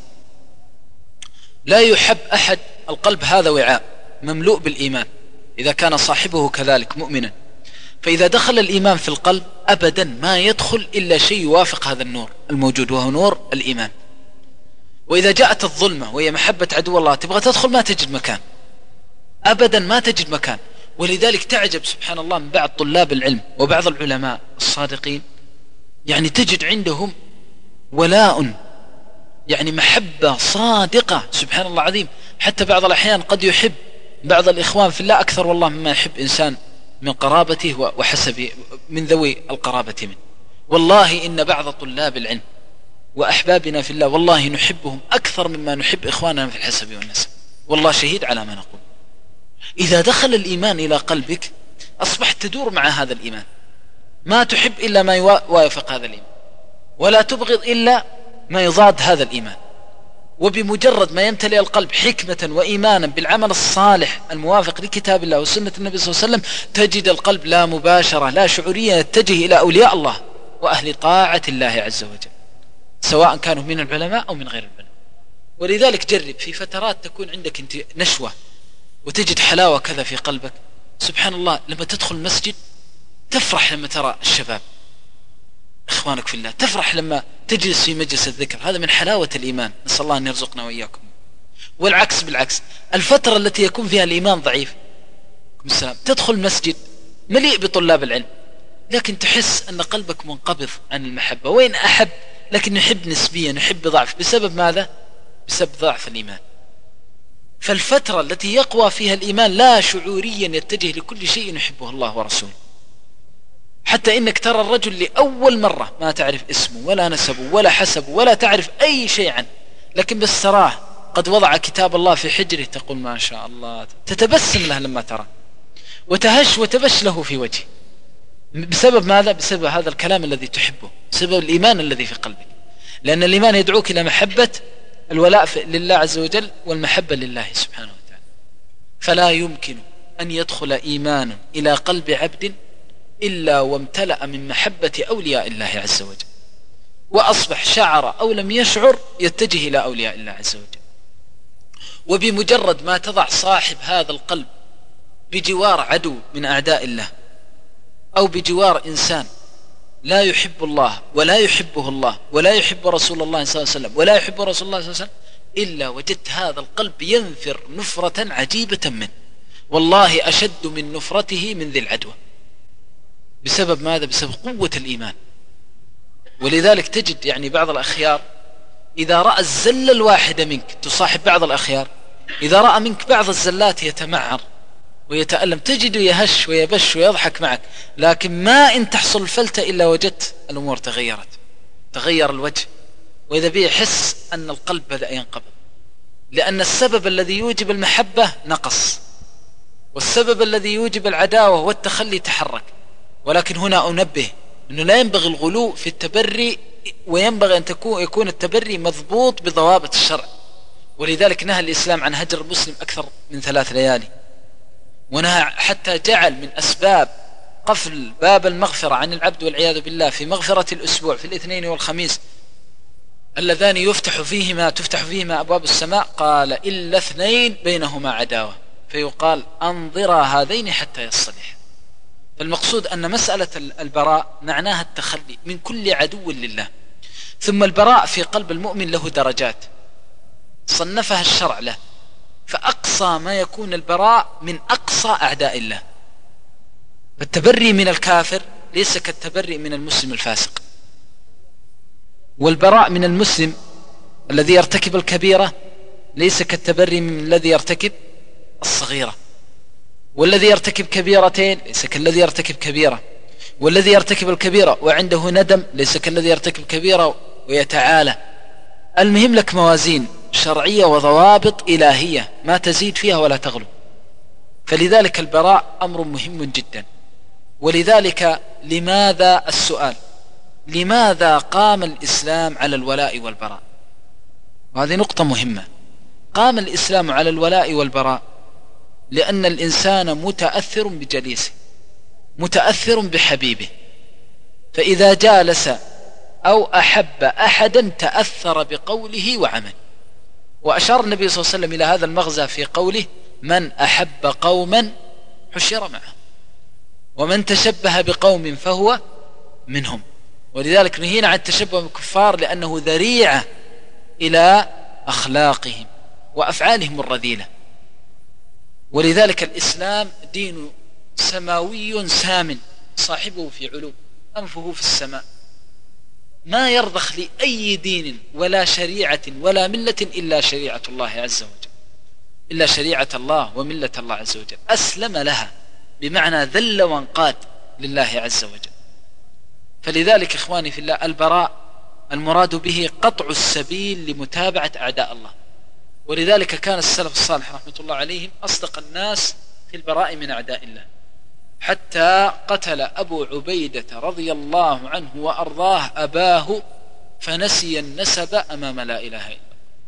Speaker 1: لا يحب أحد، القلب هذا وعاء مملوء بالإيمان إذا كان صاحبه كذلك مؤمنا، فإذا دخل الإيمان في القلب أبدا ما يدخل إلا شيء يوافق هذا النور الموجود، وهو نور الإيمان. وإذا جاءت الظلمة وهي محبة عدو الله تبغى تدخل ما تجد مكان، أبدا ما تجد مكان. ولذلك تعجب سبحان الله من بعض طلاب العلم وبعض العلماء الصادقين، يعني تجد عندهم ولاء، يعني محبة صادقة سبحان الله العظيم. حتى بعض الأحيان قد يحب بعض الإخوان في الله أكثر والله مما يحب إنسان من قرابته وحسبه من ذوي القرابة منه. والله إن بعض طلاب العلم وأحبابنا في الله والله نحبهم أكثر مما نحب إخواننا في الحسب والنسب، والله شهيد على ما نقول. إذا دخل الإيمان إلى قلبك أصبحت تدور مع هذا الإيمان، ما تحب إلا ما يوافق هذا الإيمان، ولا تبغض إلا ما يضاد هذا الإيمان. وبمجرد ما يمتلئ القلب حكمة وإيمانا بالعمل الصالح الموافق لكتاب الله وسنة النبي صلى الله عليه وسلم، تجد القلب لا مباشرة لا شعورية يتجه إلى أولياء الله وأهل طاعة الله عز وجل، سواء كانوا من العلماء أو من غير العلماء. ولذلك جرب في فترات تكون عندك انت نشوة وتجد حلاوة كذا في قلبك، سبحان الله لما تدخل المسجد تفرح لما ترى الشباب إخوانك في الله، تفرح لما تجلس في مجلس الذكر، هذا من حلاوة الإيمان، نسأل الله أن يرزقنا وإياكم. والعكس بالعكس، الفترة التي يكون فيها الإيمان ضعيف تدخل المسجد مليء بطلاب العلم لكن تحس أن قلبك منقبض عن المحبة، وين أحب لكن نحب نسبيا، نحب ضعف. بسبب ماذا؟ بسبب ضعف الإيمان. فالفترة التي يقوى فيها الإيمان لا شعوريا يتجه لكل شيء يحبه الله ورسوله، حتى إنك ترى الرجل لأول مرة ما تعرف اسمه ولا نسبه ولا حسبه ولا تعرف أي شيء عنه، لكن بس تراه قد وضع كتاب الله في حجره تقول ما شاء الله، تتبسم له لما ترى وتهش وتبش له في وجهه. بسبب ماذا؟ بسبب هذا الكلام الذي تحبه، بسبب الإيمان الذي في قلبك، لأن الإيمان يدعوك إلى محبة الولاء لله عز وجل والمحبة لله سبحانه وتعالى. فلا يمكن أن يدخل إيمان إلى قلب عبد إلا وامتلأ من محبة أولياء الله عز وجل، وأصبح شعر أو لم يشعر يتجه إلى أولياء الله عز وجل. وبمجرد ما تضع صاحب هذا القلب بجوار عدو من أعداء الله أو بجوار إنسان لا يحب الله ولا يحبه الله ولا يحب رسول الله صلى الله عليه وسلم ولا يحب رسول الله صلى الله عليه وسلم، إلا وجدت هذا القلب ينفر نفرة عجيبة منه، والله أشد من نفرته من ذي العدوى. بسبب ماذا؟ بسبب قوة الإيمان. ولذلك تجد يعني بعض الأخيار إذا رأى الزلة الواحدة منك، تصاحب بعض الأخيار إذا رأى منك بعض الزلات يتمعر ويتألم، تجده يهش ويبش ويضحك معك، لكن ما إن تحصل الفلتة إلا وجدت الأمور تغيرت، تغير الوجه، وإذا به يحس أن القلب بدأ ينقبض، لأن السبب الذي يوجب المحبة نقص، والسبب الذي يوجب العداوة والتخلي تحرك. ولكن هنا أنبه أنه لا ينبغي الغلو في التبري، وينبغي أن يكون التبري مضبوط بضوابط الشرع. ولذلك نهى الإسلام عن هجر المسلم أكثر من 3 ليالي، ونهى حتى جعل من أسباب قفل باب المغفرة عن العبد والعياذ بالله في مغفرة الأسبوع في الاثنين والخميس اللذان تفتح فيهما أبواب السماء، قال إلا 2 بينهما عداوة، فيقال أنظرا هذين حتى يصلح. فالمقصود أن مسألة البراء معناها التخلي من كل عدو لله. ثم البراء في قلب المؤمن له درجات صنفها الشرع له، فأقصى ما يكون البراء من أقصى أعداء الله. فالتبري من الكافر ليس كالتبري من المسلم الفاسق، والبراء من المسلم الذي يرتكب الكبيرة ليس كالتبري من الذي يرتكب الصغيرة، والذي يرتكب كبيرتين ليس كالذي يرتكب كبيرة، والذي يرتكب الكبيرة وعنده ندم ليس كالذي يرتكب كبيرة ويتعالى. المهم لك موازين شرعية وضوابط إلهية ما تزيد فيها ولا تغلو. فلذلك البراء أمر مهم جدا. ولذلك لماذا السؤال لماذا قام الإسلام على الولاء والبراء؟ وهذه نقطة مهمة. قام الإسلام على الولاء والبراء لأن الإنسان متأثر بجليسه، متأثر بحبيبه، فإذا جالس أو أحب أحدا تأثر بقوله وعمل. وأشار النبي صلى الله عليه وسلم إلى هذا المغزى في قوله: من أحب قوما حشر معه، ومن تشبه بقوم فهو منهم. ولذلك نهينا عن التشبه بالكفار لأنه ذريعة إلى أخلاقهم وأفعالهم الرذيلة. ولذلك الإسلام دين سماوي سام، صاحبه في علو، أنفه في السماء، ما يرضخ لأي دين ولا شريعة ولا ملة إلا شريعة الله عز وجل، إلا شريعة الله وملة الله عز وجل، أسلم لها بمعنى ذل وانقاد لله عز وجل. فلذلك إخواني في الله، البراء المراد به قطع السبيل لمتابعة أعداء الله. ولذلك كان السلف الصالح رحمة الله عليهم أصدق الناس في البراء من أعداء الله، حتى قتل أبو عبيدة رضي الله عنه وأرضاه أباه فنسي النسب أمام لا إله إلا الله.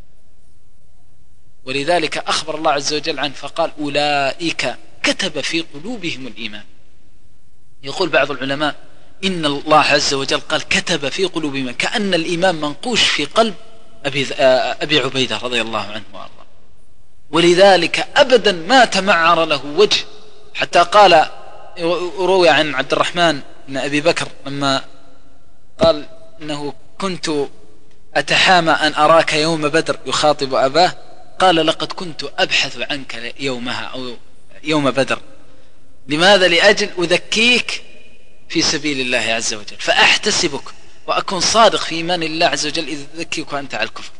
Speaker 1: ولذلك أخبر الله عز وجل عنه فقال: أولئك كتب في قلوبهم الإيمان. يقول بعض العلماء إن الله عز وجل قال كتب في قلوبهم، كأن الإيمان منقوش في قلب أبي عبيدة رضي الله عنه وأرضاه. ولذلك أبدا ما تمعر له وجه، حتى قال، روي عن عبد الرحمن بن أبي بكر لما قال إنه كنت أتحامى أن أراك يوم بدر يخاطب أباه، قال: لقد كنت أبحث عنك يومها أو يوم بدر. لماذا؟ لأجل أذكيك في سبيل الله عز وجل، فأحتسبك وأكون صادق في إيمان الله عز وجل إذ أذكيك وأنت على الكفر.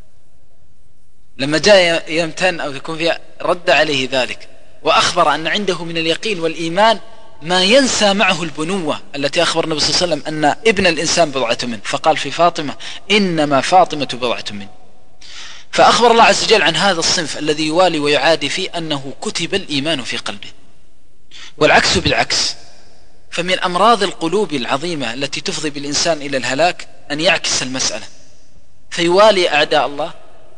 Speaker 1: لما جاء يمتن أو يكون فيها رد عليه ذلك، وأخبر أن عنده من اليقين والإيمان ما ينسى معه البنوة التي أخبر النبي صلى الله عليه وسلم أن ابن الإنسان بضعة منه، فقال في فاطمة: إنما فاطمة بضعة منه. فأخبر الله عز وجل عن هذا الصنف الذي يوالي ويعادي فيه أنه كتب الإيمان في قلبه. والعكس بالعكس، فمن أمراض القلوب العظيمة التي تفضي بالإنسان إلى الهلاك أن يعكس المسألة فيوالي أعداء الله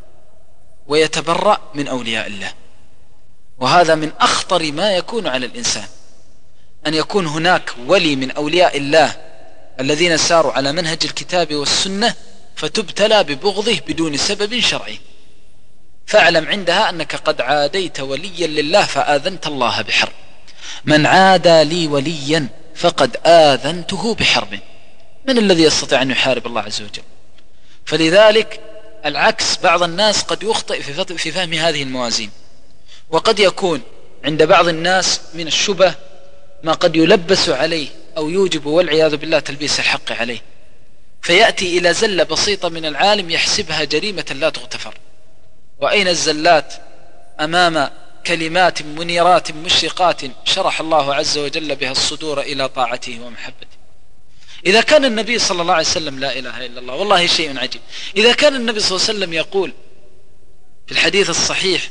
Speaker 1: ويتبرأ من أولياء الله. وهذا من أخطر ما يكون على الإنسان، أن يكون هناك ولي من أولياء الله الذين ساروا على منهج الكتاب والسنة فتبتلى ببغضه بدون سبب شرعي، فاعلم عندها أنك قد عاديت وليا لله فآذنت الله بحرب. من عادى لي وليا فقد آذنته بحرب. من الذي يستطيع أن يحارب الله عز وجل؟ فلذلك العكس، بعض الناس قد يخطئ في فهم هذه الموازين، وقد يكون عند بعض الناس من الشبه ما قد يلبس عليه أو يوجب والعياذ بالله تلبيس الحق عليه، فيأتي إلى زلة بسيطة من العالم يحسبها جريمة لا تغتفر. وأين الزلات أمام كلمات منيرات مشرقات شرح الله عز وجل بها الصدور إلى طاعته ومحبته؟ إذا كان النبي صلى الله عليه وسلم، لا إله إلا الله، والله شيء عجيب، إذا كان النبي صلى الله عليه وسلم يقول في الحديث الصحيح: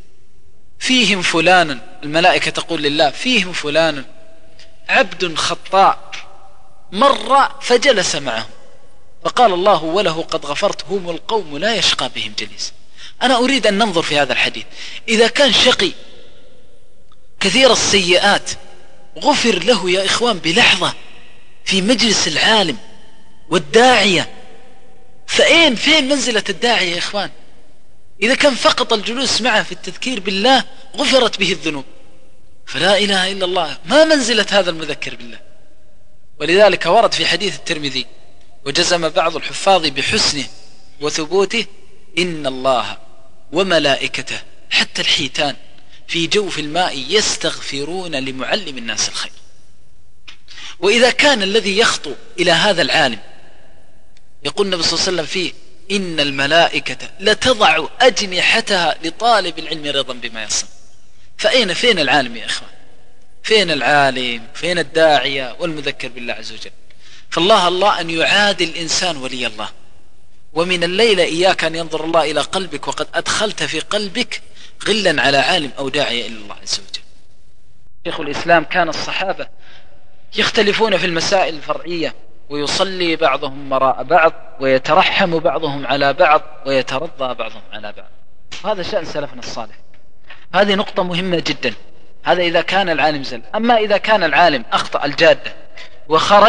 Speaker 1: فيهم فلان، الملائكة تقول لله: فيهم فلان عبد خطاء مر فجلس معهم فقال الله وله قد غفرت، هم القوم لا يشقى بهم جليس. أنا أريد أن ننظر في هذا الحديث، إذا كان شقي كثير السيئات غفر له يا إخوان بلحظة في مجلس العالم والداعية، فين منزلة الداعية يا إخوان؟ إذا كان فقط الجلوس معه في التذكير بالله غفرت به الذنوب، فلا إله إلا الله، ما منزلة هذا المذكر بالله؟ ولذلك ورد في حديث الترمذي وجزم بعض الحفاظ بحسنه وثبوته: إن الله وملائكته حتى الحيتان في جوف الماء يستغفرون لمعلم الناس الخير. وإذا كان الذي يخطو إلى هذا العالم يقول النبي صلى الله عليه وسلم فيه: إن الملائكة لتضع أجنحتها لطالب العلم رضا بما يصنع، فين العالم يا إخوان؟ فين العالم؟ فين الداعية والمذكر بالله عز وجل؟ فالله أن يعادي الإنسان ولي الله. ومن الليلة إياك أن ينظر الله إلى قلبك وقد أدخلت في قلبك غلا على عالم أو داعية إلى الله عز وجل. شيخ الإسلام: كان الصحابة يختلفون في المسائل الفرعية، ويصلي بعضهم وراء بعض، ويترحم بعضهم على بعض، ويترضى بعضهم على بعض. هذا شأن سلفنا الصالح. هذه نقطة مهمة جدا. هذا إذا كان العالم زل. أما إذا كان العالم أخطأ الجادة وخرج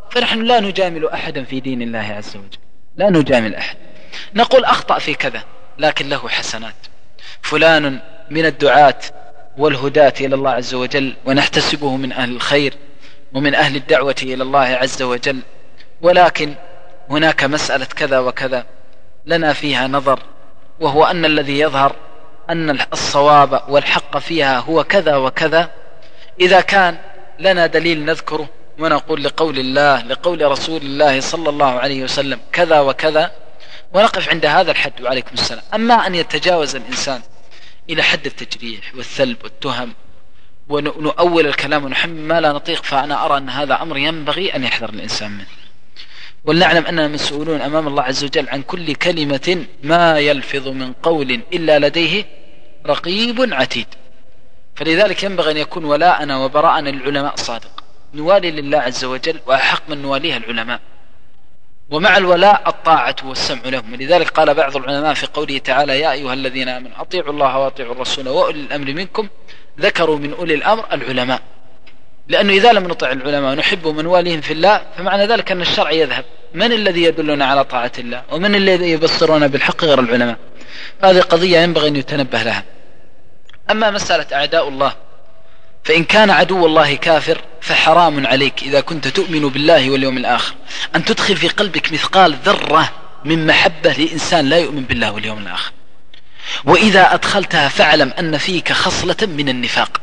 Speaker 1: فنحن لا نجامل أحدا في دين الله عز وجل، لا نجامل أحد، نقول أخطأ في كذا لكن له حسنات، فلان من الدعاة والهداة إلى الله عز وجل ونحتسبه من أهل الخير ومن أهل الدعوة إلى الله عز وجل، ولكن هناك مسألة كذا وكذا لنا فيها نظر، وهو أن الذي يظهر أن الصواب والحق فيها هو كذا وكذا. إذا كان لنا دليل نذكره ونقول لقول الله لقول رسول الله صلى الله عليه وسلم كذا وكذا ونقف عند هذا الحد وعليكم السلام. أما أن يتجاوز الإنسان إلى حد التجريح والثلب والتهم ونؤول الكلام ونحمل ما لا نطيق، فأنا أرى أن هذا أمر ينبغي أن يحذر الإنسان منه. ولنعلم أننا مسؤولون أمام الله عز وجل عن كل كلمة ما يلفظ من قول إلا لديه رقيب عتيد. فلذلك ينبغي أن يكون ولاءنا وبراءنا للعلماء صادق، نوالي لله عز وجل وأحق من نواليها العلماء، ومع الولاء الطاعة والسمع لهم. ولذلك قال بعض العلماء في قوله تعالى يا أيها الذين آمنوا أطيعوا الله وأطيعوا الرسول وأولي الأمر منكم، ذكروا من أولي الأمر العلماء، لأنه إذا لم نطع العلماء ونحب من واليهم في الله فمعنى ذلك أن الشرع يذهب. من الذي يدلنا على طاعة الله ومن الذي يبصرنا بالحق غير العلماء؟ هذه قضية ينبغي أن يتنبه لها. أما مسألة أعداء الله، فإن كان عدو الله كافر فحرام عليك إذا كنت تؤمن بالله واليوم الآخر أن تدخل في قلبك مثقال ذرة من محبة لإنسان لا يؤمن بالله واليوم الآخر، وإذا أدخلتها فاعلم أن فيك خصلة من النفاق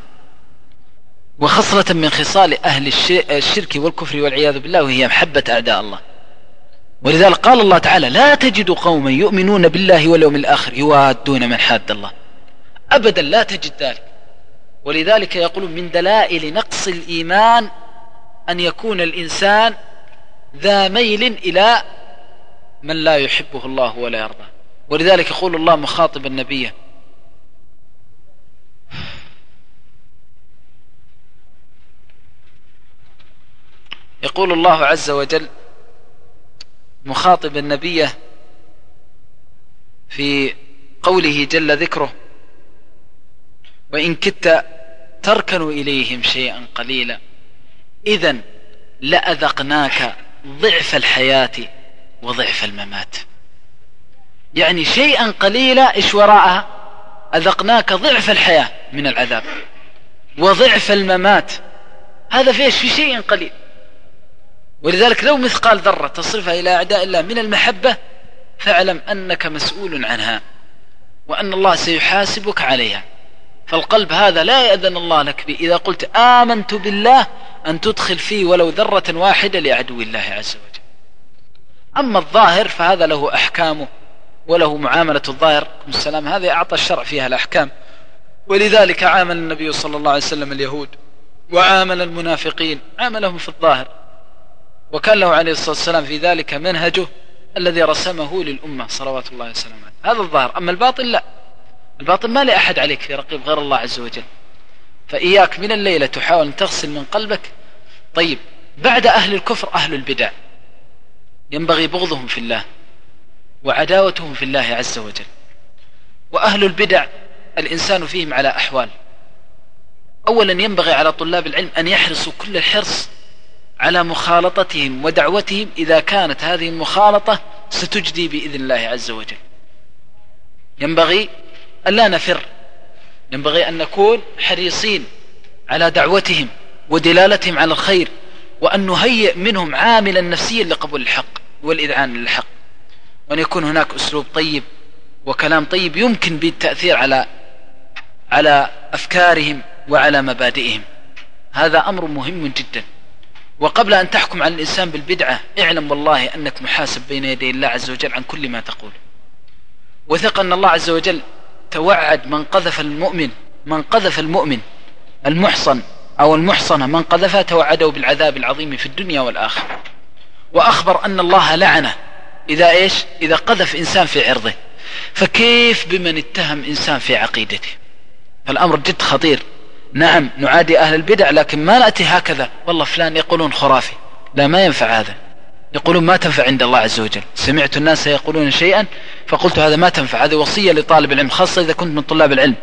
Speaker 1: وخصلة من خصال أهل الشرك والكفر والعياذ بالله، وهي محبة أعداء الله. ولذلك قال الله تعالى لا تجد قوما يؤمنون بالله واليوم الآخر يوادون من حاد الله، أبدا لا تجد ذلك. ولذلك يقول من دلائل نقص الإيمان أن يكون الإنسان ذا ميل إلى من لا يحبه الله ولا يرضاه. ولذلك يقول الله مخاطب النبي يقول الله عز وجل مخاطب النبي في قوله جل ذكره وإن كدت تركن إليهم شيئا قليلا إذن لأذقناك ضعف الحياة وضعف الممات. يعني شيئا قليلا إيش وراءها؟ أذقناك ضعف الحياة من العذاب وضعف الممات. هذا فيش في شيء قليل. ولذلك لو مثقال ذرة تصرفها إلى أعداء الله من المحبة فاعلم أنك مسؤول عنها وأن الله سيحاسبك عليها. فالقلب هذا لا يأذن الله لك به إذا قلت آمنت بالله أن تدخل فيه ولو ذرة واحدة لعدو الله عز وجل. أما الظاهر فهذا له أحكامه وله معاملة الظاهر السلام، هذا أعطى الشرع فيها الأحكام. ولذلك عامل النبي صلى الله عليه وسلم اليهود وعامل المنافقين عاملهم في الظاهر، وكان له عليه الصلاة والسلام في ذلك منهجه الذي رسمه للأمة صلوات الله وسلامه. هذا الظاهر. أما الباطن لا، الباطن ما لأحد عليك في رقيب غير الله عز وجل. فإياك من الليلة تحاول أن تغسل من قلبك. طيب بعد أهل الكفر أهل البدع ينبغي بغضهم في الله وعداوتهم في الله عز وجل. وأهل البدع الإنسان فيهم على أحوال. أولا ينبغي على طلاب العلم أن يحرصوا كل الحرص على مخالطتهم ودعوتهم إذا كانت هذه المخالطة ستجدي بإذن الله عز وجل. ينبغي أن لا نفر، ينبغي أن نكون حريصين على دعوتهم ودلالتهم على الخير، وأن نهيئ منهم عاملا نفسيا لقبول الحق والإذعان للحق، وأن يكون هناك أسلوب طيب وكلام طيب يمكن بالتأثير على أفكارهم وعلى مبادئهم. هذا أمر مهم جدا. وقبل أن تحكم على الإنسان بالبدعة اعلم والله أنك محاسب بين يدي الله عز وجل عن كل ما تقول. وثق أن الله عز وجل توعد من قذف المؤمن المحصن أو المحصنة، من قذفها توعده بالعذاب العظيم في الدنيا والآخرة. وأخبر أن الله لعنه إذا قذف إنسان في عرضه، فكيف بمن اتهم إنسان في عقيدته؟ فالأمر جد خطير. نعم نعادي أهل البدع، لكن ما نأتي هكذا والله فلان يقولون خرافي، لا ما ينفع هذا، يقولون ما تنفع عند الله عز وجل. سمعت الناس يقولون شيئا فقلت هذا ما تنفع. هذه وصية لطالب العلم خاصة إذا كنت من طلاب العلم.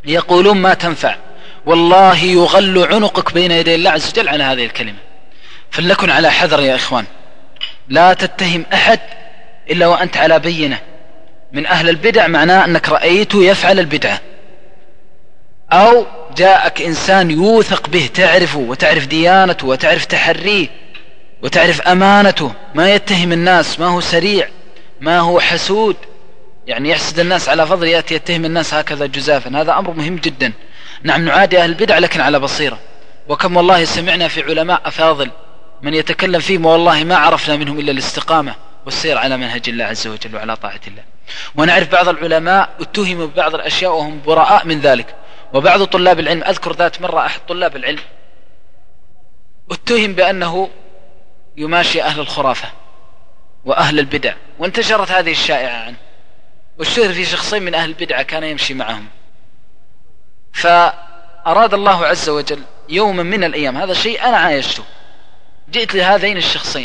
Speaker 1: يقولون ما تنفع، والله يغل عنقك بين يدي الله عز وجل على هذه الكلمة. فلنكن على حذر يا إخوان، لا تتهم أحد إلا وأنت على بينة من أهل البدع، معناه أنك رأيته يفعل البدعة، أو جاءك إنسان يوثق به تعرفه وتعرف ديانته وتعرف تحريه وتعرف أمانته، ما يتهم الناس، ما هو سريع، ما هو حسود، يعني يحسد الناس على فضل يأتي يتهم الناس هكذا جزافا. هذا أمر مهم جدا. نعم نعادي أهل البدع لكن على بصيرة، وكم والله سمعنا في علماء أفاضل من يتكلم فيهم والله ما عرفنا منهم إلا الاستقامة والسير على منهج الله عز وجل وعلى طاعة الله. ونعرف بعض العلماء اتهموا ببعض الأشياء وهم براء من ذلك. وبعض طلاب العلم، أذكر ذات مرة أحد طلاب العلم اتهم بأنه يماشي أهل الخرافة وأهل البدع، وانتشرت هذه الشائعة عنه، واشتهر في شخصين من أهل البدع كان يمشي معهم. فأراد الله عز وجل يوما من الأيام، هذا شيء أنا عايشته، جئت لهذين الشخصين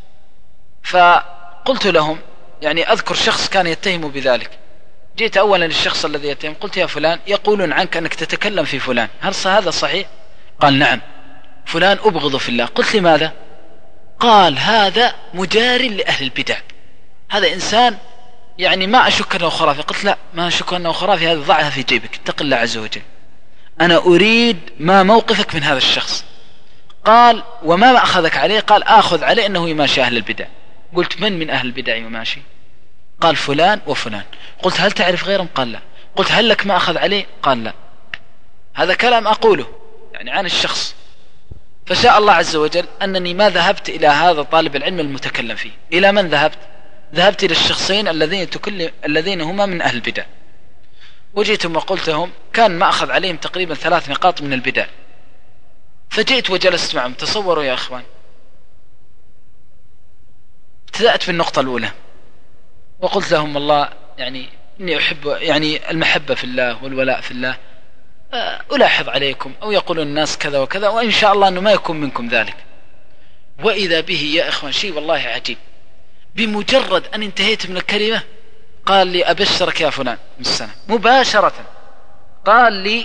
Speaker 1: فقلت لهم، يعني أذكر شخص كان يتهم بذلك، جئت أولا للشخص الذي يتهم قلت يا فلان يقولون عنك أنك تتكلم في فلان، هل هذا صحيح؟ قال نعم، فلان أبغض في الله. قلت لماذا؟ قال هذا مجار لأهل البدع، هذا إنسان يعني ما أشك أنه خرافي. قلت لا، ما أشك أنه خرافي، هذا ضعها في جيبك، اتق الله عز وجل، أنا أريد ما موقفك من هذا الشخص. قال وما أخذك عليه؟ قال آخذ عليه أنه يماشي أهل البدع. قلت من أهل البدع يماشي؟ قال فلان وفلان. قلت هل تعرف غيرهم؟ قال لا. قلت هل لك ما أخذ عليه؟ قال لا. هذا كلام أقوله يعني عن الشخص. فشاء الله عز وجل أنني ما ذهبت إلى هذا طالب العلم المتكلم فيه. إلى من ذهبت؟ ذهبت إلى الشخصين الذين هما من أهل البدع، وجئتهم وقلتهم، كان ما أخذ عليهم تقريبا 3 نقاط من البدع، فجئت وجلست معهم. تصوروا يا أخوان، ابتدأت بالنقطة الأولى وقلت لهم والله يعني إني أحب يعني المحبة في الله والولاء في الله، ألاحظ عليكم أو يقولون الناس كذا وكذا، وإن شاء الله أنه ما يكون منكم ذلك. وإذا به يا إخوان شيء والله عجيب، بمجرد أن انتهيت من الكلمة قال لي أبشرك يا فلان من السنة مباشرة، قال لي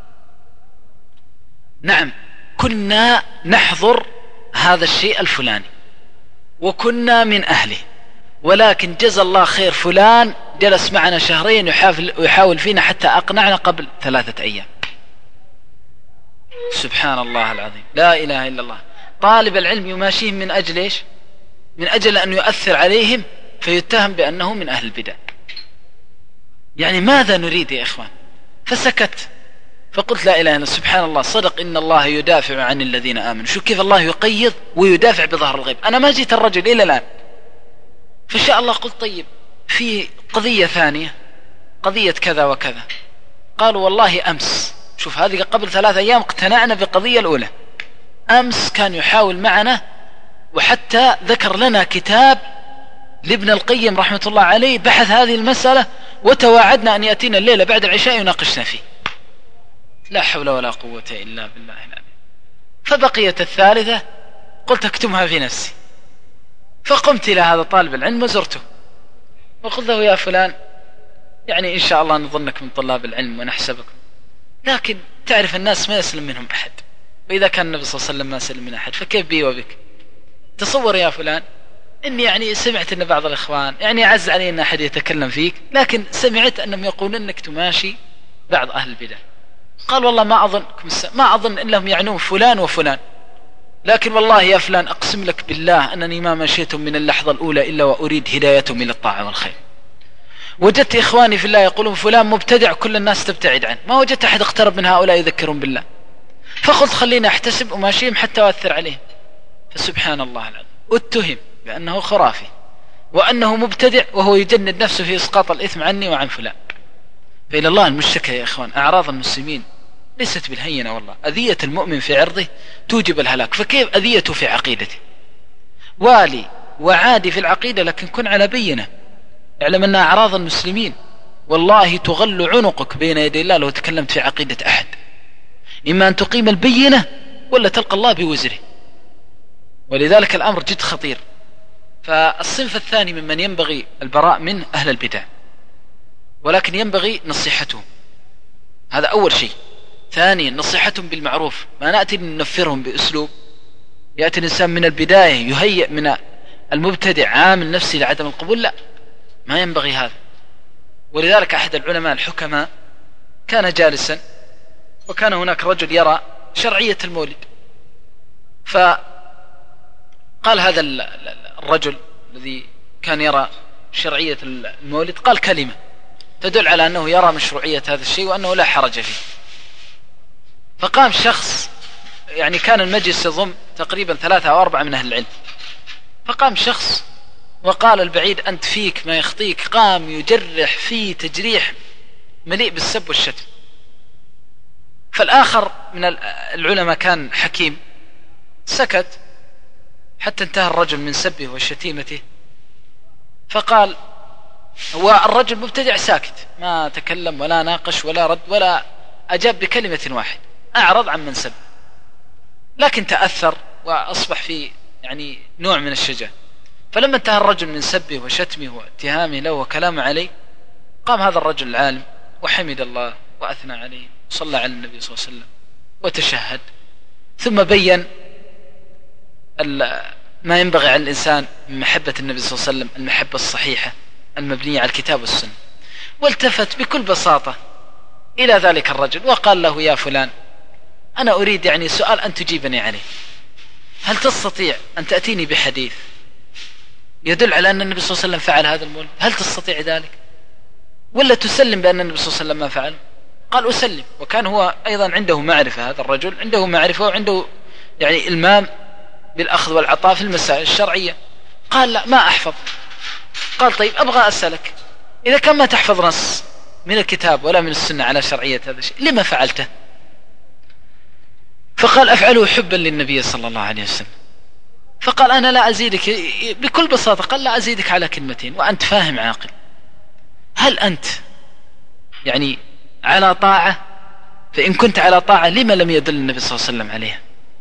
Speaker 1: نعم كنا نحضر هذا الشيء الفلاني وكنا من أهله، ولكن جزا الله خير فلان جلس معنا 2 شهرين يحاول فينا حتى أقنعنا قبل 3 أيام. سبحان الله العظيم، لا إله إلا الله. طالب العلم يماشيهم من أجل إيش؟ من أجل أن يؤثر عليهم فيتهم بأنه من أهل البدع. يعني ماذا نريد يا إخوان؟ فسكت، فقلت لا إله إلا الله، سبحان الله، صدق إن الله يدافع عن الذين آمنوا. شو كيف الله يقيض ويدافع بظهر الغيب. أنا ما جيت الرجل إلى الآن، فشاء الله قلت طيب في قضية ثانية، قضية كذا وكذا. قالوا والله أمس، شوف هذه قبل 3 أيام اقتنعنا بالقضية الأولى، أمس كان يحاول معنا وحتى ذكر لنا كتاب لابن القيم رحمة الله عليه بحث هذه المسألة، وتواعدنا أن يأتينا الليلة بعد العشاء يناقشنا فيه. لا حول ولا قوة إلا بالله العلي. فبقيت الثالثة قلت أكتمها في نفسي، فقمت إلى هذا طالب العلم وزرته وقلت له يا فلان يعني إن شاء الله نظنك من طلاب العلم ونحسبكم، لكن تعرف الناس ما يسلم منهم أحد، وإذا كان النبي صلى الله عليه وسلم ما سلم من أحد فكيف بي وبك؟ تصور يا فلان إني يعني سمعت أن بعض الإخوان يعني عز علي أن أحد يتكلم فيك، لكن سمعت أنهم يقولون أنك تماشي بعض أهل البدع. قال والله ما أظن إنهم يعنون فلان وفلان، لكن والله يا فلان أقسم لك بالله أنني ما مشيتم من اللحظة الأولى إلا وأريد هدايتهم إلى الطاعة والخير. وجدت إخواني في الله يقولون فلان مبتدع كل الناس تبتعد عنه، ما وجدت أحد اقترب من هؤلاء يذكرون بالله، فقلت خليني أحتسب وماشيهم حتى أؤثر عليهم. فسبحان الله العظيم اتهم بأنه خرافي وأنه مبتدع وهو يجند نفسه في إسقاط الإثم عني وعن فلان. فإلى الله المشتكى يا إخوان. أعراض المسلمين ليست بالهينة والله. أذية المؤمن في عرضه توجب الهلاك، فكيف أذيته في عقيدته؟ والي وعادي في العقيدة، لكن كن على بينة، اعلم أن أعراض المسلمين والله تغل عنقك بين يدي الله لو تكلمت في عقيدة أحد، إما أن تقيم البينة ولا تلقى الله بوزره. ولذلك الأمر جد خطير. فالصنف الثاني ممن ينبغي البراء من أهل البدع، ولكن ينبغي نصيحتهم، هذا أول شيء. ثانيا نصيحتهم بالمعروف، ما نأتي ننفرهم بأسلوب يأتي الإنسان من البداية يهيئ من المبتدع عامل نفسي لعدم القبول، لا، ما ينبغي هذا. ولذلك أحد العلماء الحكماء كان جالسا وكان هناك رجل يرى شرعية المولد، فقال هذا الرجل الذي كان يرى شرعية المولد قال كلمة تدل على أنه يرى مشروعية هذا الشيء وأنه لا حرج فيه. فقام شخص، يعني كان المجلس يضم تقريبا 3 أو 4 من أهل العلم، فقام شخص وقال البعيد أنت فيك ما يخطيك، قام يجرح فيه تجريح مليء بالسب والشتم. فالآخر من العلماء كان حكيم سكت حتى انتهى الرجل من سبه وشتيمته، فقال، هو الرجل مبتدع ساكت ما تكلم ولا ناقش ولا رد ولا أجاب بكلمة واحد، أعرض عن من سب، لكن تأثر وأصبح في يعني نوع من الشجاعة. فلما انتهى الرجل من سبه وشتمه واتهامه له وكلامه عليه، قام هذا الرجل العالم وحمد الله وأثنى عليه وصلى على النبي صلى الله عليه وسلم وتشهد، ثم بين ما ينبغي على الإنسان من محبة النبي صلى الله عليه وسلم، المحبة الصحيحة المبنية على الكتاب والسنة، والتفت بكل بساطة إلى ذلك الرجل وقال له يا فلان أنا أريد يعني سؤال أن تجيبني عليه، هل تستطيع أن تأتيني بحديث يدل على أن النبي صلى الله عليه وسلم فعل هذا المولد؟ هل تستطيع ذلك ولا تسلم بأن النبي صلى الله عليه وسلم ما فعل؟ قال أسلم. وكان هو أيضا عنده معرفة، هذا الرجل عنده معرفة وعنده يعني إلمام بالأخذ والعطاء في المسائل الشرعية. قال لا ما أحفظ. قال طيب أبغى أسألك، إذا كان ما تحفظ نص من الكتاب ولا من السنة على شرعية هذا الشيء لما فعلته؟ فقال أفعله حبا للنبي صلى الله عليه وسلم. فقال أنا لا أزيدك، بكل بساطة قال لا أزيدك على كلمتين وأنت فاهم عاقل، هل أنت يعني على طاعة؟ فإن كنت على طاعة لما لم يدل النبي صلى الله عليه وسلم عليها؟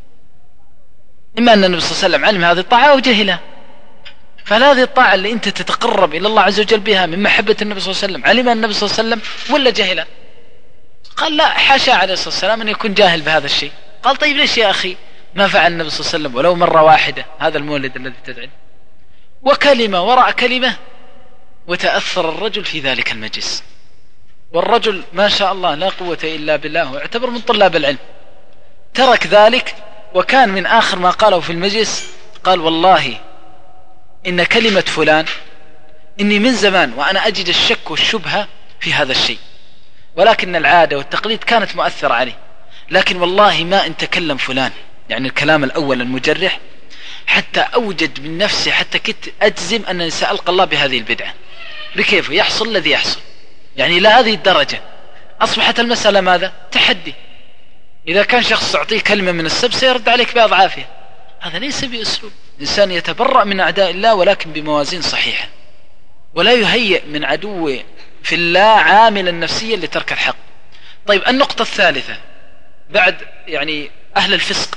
Speaker 1: إما أن النبي صلى الله عليه وسلم علم هذه الطاعة أو جهلها، فهذه الطاعة اللي أنت تتقرب إلى الله عز وجل بها من محبة النبي صلى الله عليه وسلم علم النبي صلى الله عليه وسلم ولا جهلها؟ قال لا، حاشا عليه الصلاة والسلام أن يكون جاهل بهذا الشيء. قال طيب ليش يا أخي ما فعل النبي صلى الله عليه وسلم ولو مرة واحدة هذا المولد الذي تدعي؟ وكلمة وراء كلمة، وتأثر الرجل في ذلك المجلس، والرجل ما شاء الله لا قوة إلا بالله واعتبر من طلاب العلم، ترك ذلك وكان من آخر ما قاله في المجلس قال والله إن كلمة فلان إني من زمان وأنا أجد الشك والشبهة في هذا الشيء، ولكن العادة والتقليد كانت مؤثرة عليه، لكن والله ما إن تكلم فلان يعني الكلام الأول المجرح حتى أوجد من نفسي حتى كنت أجزم أنني سألقى الله بهذه البدعة. بكيف يحصل الذي يحصل؟ يعني لا هذه الدرجة أصبحت المسألة ماذا؟ تحدي. إذا كان شخص تعطيه كلمة من السب سيرد عليك بأضعافها، هذا ليس بأسلوب. الإنسان يتبرأ من أعداء الله ولكن بموازين صحيحة، ولا يهيئ من عدو في الله عاملا نفسيا لترك الحق. طيب النقطة الثالثة بعد يعني أهل الفسق،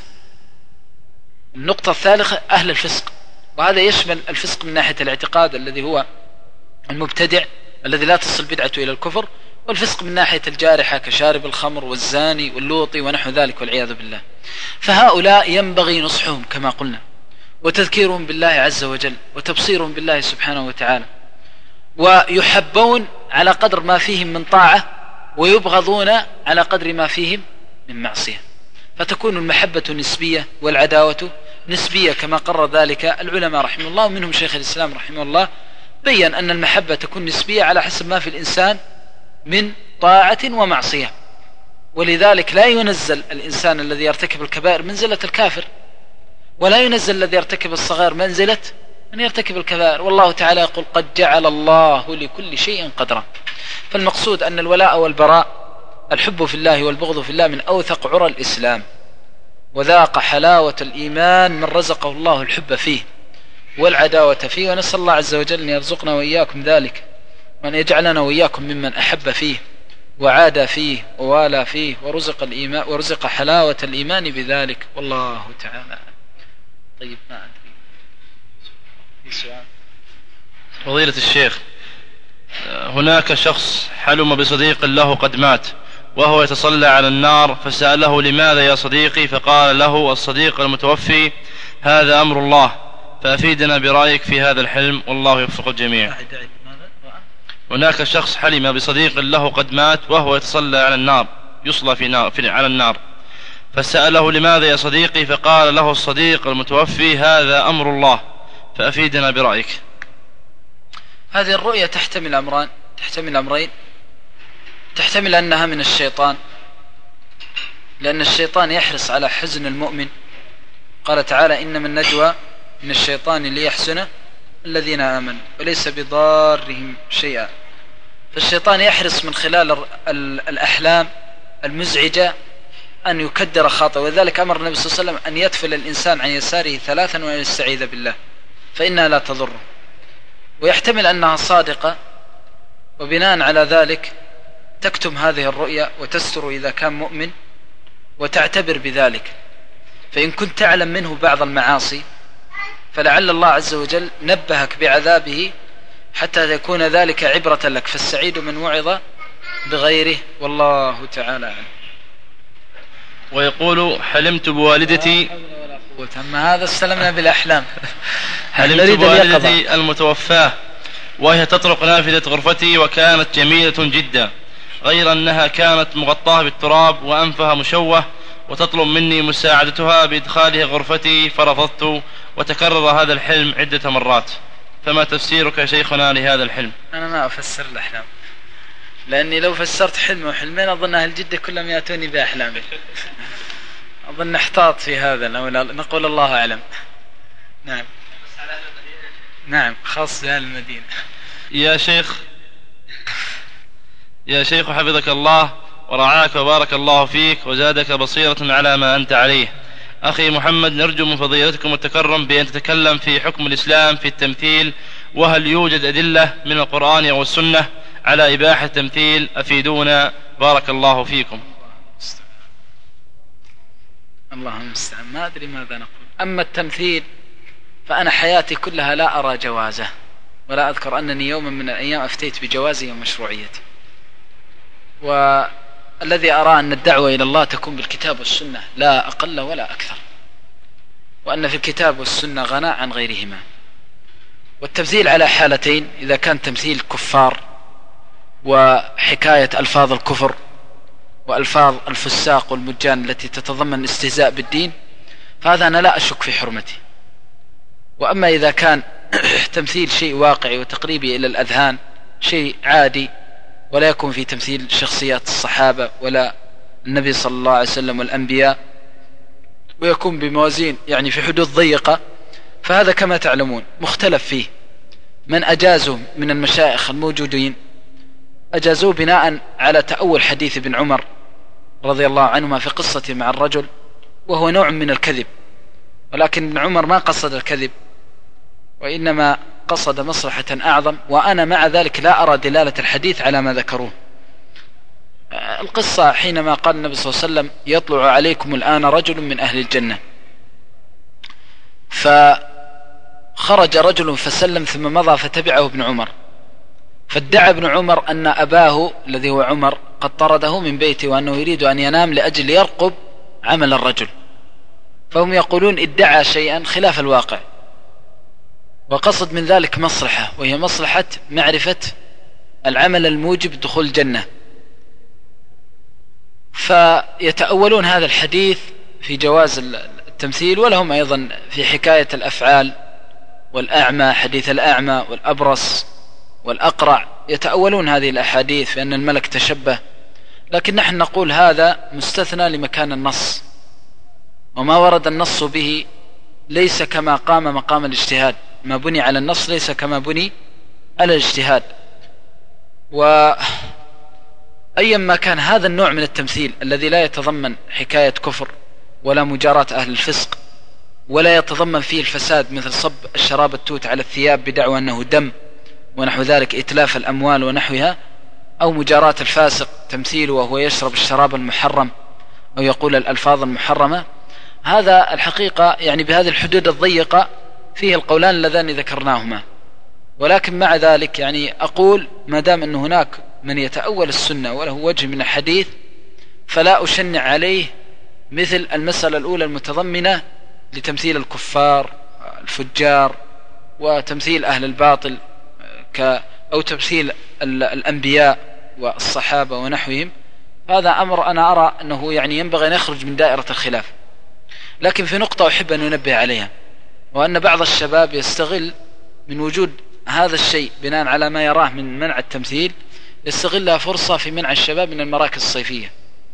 Speaker 1: النقطة الثالثة أهل الفسق، وهذا يشمل الفسق من ناحية الاعتقاد الذي هو المبتدع الذي لا تصل بدعته إلى الكفر، والفسق من ناحية الجارحة كشارب الخمر والزاني واللوطي ونحو ذلك والعياذ بالله. فهؤلاء ينبغي نصحهم كما قلنا، وتذكيرهم بالله عز وجل، وتبصيرهم بالله سبحانه وتعالى، ويحبون على قدر ما فيهم من طاعة، ويبغضون على قدر ما فيهم من معصية، فتكون المحبة نسبية والعداوة نسبية كما قرر ذلك العلماء رحمه الله، ومنهم شيخ الإسلام رحمه الله بيّن أن المحبة تكون نسبية على حسب ما في الإنسان من طاعة ومعصية. ولذلك لا ينزل الإنسان الذي يرتكب الكبائر منزلة الكافر، ولا ينزل الذي يرتكب الصغائر منزلة من يرتكب الكبائر، والله تعالى يقول قد جعل الله لكل شيء قدرا. فالمقصود أن الولاء والبراء، الحب في الله والبغض في الله، من أوثق عرى الإسلام، وذاق حلاوة الإيمان من رزقه الله الحب فيه والعداوة فيه. ونسأل الله عز وجل أن يرزقنا وإياكم ذلك، وأن يجعلنا وإياكم ممن أحب فيه وعاد فيه ووالى فيه ورزق الإيمان ورزق حلاوة الإيمان بذلك، والله تعالى. طيب ما أدري في سؤال.
Speaker 2: فضيلة الشيخ، هناك شخص حلم بصديق له قد مات وهو يتصلى على النار، فسأله: لماذا يا صديقي؟ فقال له الصديق المتوفي: هذا أمر الله، فأفيدنا برأيك في هذا الحلم، والله يوفق الجميع. هناك شخص حلم بصديق له قد مات وهو يتصلى على النار، يصلى على النار، فسأله: لماذا يا صديقي؟ فقال له الصديق المتوفي: هذا أمر الله، فأفيدنا برأيك.
Speaker 1: هذه الرؤية تحتمل أمرين. تحتمل أنها من الشيطان، لأن الشيطان يحرص على حزن المؤمن. قال تعالى: إنما النجوى من الشيطان ليحزن الذين آمنوا وليس بضارهم شيئا. فالشيطان يحرص من خلال الأحلام المزعجة أن يكدر خاطئه، وذلك أمر النبي صلى الله عليه وسلم أن يدفل الإنسان عن يساره 3 وأن يستعيذ بالله فإنها لا تضره. ويحتمل أنها صادقة، وبناء على ذلك تكتم هذه الرؤيا وتستر إذا كان مؤمن وتعتبر بذلك. فإن كنت تعلم منه بعض المعاصي فلعل الله عز وجل نبهك بعذابه حتى يكون ذلك عبرة لك، فالسعيد من وعظ بغيره، والله تعالى عنه.
Speaker 2: ويقول: حلمت بوالدتي،
Speaker 1: أما هذا استلمنا بالأحلام.
Speaker 2: حلمت بوالدتي المتوفاة وهي تطرق نافذة غرفتي، وكانت جميلة جدا، غير أنها كانت مغطاة بالتراب وأنفها مشوه، وتطلب مني مساعدتها بإدخالها غرفتي، فرفضت، وتكرر هذا الحلم عدة مرات. فما تفسيرك يا شيخنا لهذا الحلم؟
Speaker 1: أنا ما أفسر الأحلام، لأني لو فسرت حلم وحلمين أظن أهل جدة كلهم يأتوني بأحلامي. أظن نحتاط في هذا، نقول الله أعلم. نعم خاص بأهل المدينة.
Speaker 2: يا شيخ حفظك الله ورعاك وبارك الله فيك وزادك بصيرة على ما أنت عليه. أخي محمد، نرجو من فضيلتكم التكرم بأن تتكلم في حكم الإسلام في التمثيل، وهل يوجد أدلة من القرآن أو السنة على إباحة التمثيل؟ أفيدونا بارك الله فيكم.
Speaker 1: اللهم المستعان، ما أدري ماذا نقول. أما التمثيل فأنا حياتي كلها لا أرى جوازه، ولا أذكر أنني يوما من الأيام أفتيت بجوازه ومشروعيته. والذي أرى أن الدعوة إلى الله تكون بالكتاب والسنة لا أقل ولا أكثر، وأن في الكتاب والسنة غناء عن غيرهما. والتمثيل على حالتين: إذا كان تمثيل كفار وحكاية ألفاظ الكفر وألفاظ الفساق والمجان التي تتضمن الاستهزاء بالدين، فهذا أنا لا أشك في حرمته. وأما إذا كان تمثيل شيء واقعي وتقريبي إلى الأذهان، شيء عادي، ولا يكون في تمثيل شخصيات الصحابة ولا النبي صلى الله عليه وسلم والأنبياء، ويكون بموازين يعني في حدود ضيقة، فهذا كما تعلمون مختلف فيه. من أجازوا من المشايخ الموجودين أجازوه بناء على تأول حديث ابن عمر رضي الله عنهما في قصته مع الرجل، وهو نوع من الكذب، ولكن ابن عمر ما قصد الكذب وإنما قصد مصلحة أعظم، وأنا مع ذلك لا أرى دلالة الحديث على ما ذكروه. القصة حينما قال النبي صلى الله عليه وسلم: يطلع عليكم الآن رجل من أهل الجنة، فخرج رجل فسلم ثم مضى فتبعه ابن عمر، فادعى ابن عمر أن أباه الذي هو عمر قد طرده من بيته، وأنه يريد أن ينام لأجل يرقب عمل الرجل. فهم يقولون ادعى شيئا خلاف الواقع، وقصد من ذلك مصلحة، وهي مصلحة معرفة العمل الموجب دخول الجنة. فيتأولون هذا الحديث في جواز التمثيل، ولهم أيضا في حكاية الأفعال والأعمى، حديث الأعمى والأبرص والأقرع، يتأولون هذه الأحاديث في أن الملك تشبه. لكن نحن نقول هذا مستثنى لمكان النص، وما ورد النص به ليس كما قام مقام الاجتهاد، ما بني على النص ليس كما بني على الاجتهاد. وأيما كان هذا النوع من التمثيل الذي لا يتضمن حكاية كفر ولا مجاراة أهل الفسق، ولا يتضمن فيه الفساد مثل صب الشراب التوت على الثياب بدعوى أنه دم ونحو ذلك، إتلاف الأموال ونحوها، أو مجاراة الفاسق تمثيله وهو يشرب الشراب المحرم أو يقول الألفاظ المحرمة، هذا الحقيقة يعني بهذه الحدود الضيقة فيه القولان اللذان ذكرناهما. ولكن مع ذلك يعني أقول ما دام أن هناك من يتأول السنة وله وجه من الحديث، فلا أشنع عليه مثل المسألة الأولى المتضمنة لتمثيل الكفار الفجار وتمثيل أهل الباطل أو تمثيل الأنبياء والصحابة ونحوهم. هذا أمر أنا أرى أنه يعني ينبغي أن يخرج من دائرة الخلاف. لكن في نقطة أحب أن ننبه عليها، وأن بعض الشباب يستغل من وجود هذا الشيء بناء على ما يراه من منع التمثيل، يستغلها فرصة في منع الشباب من المراكز الصيفية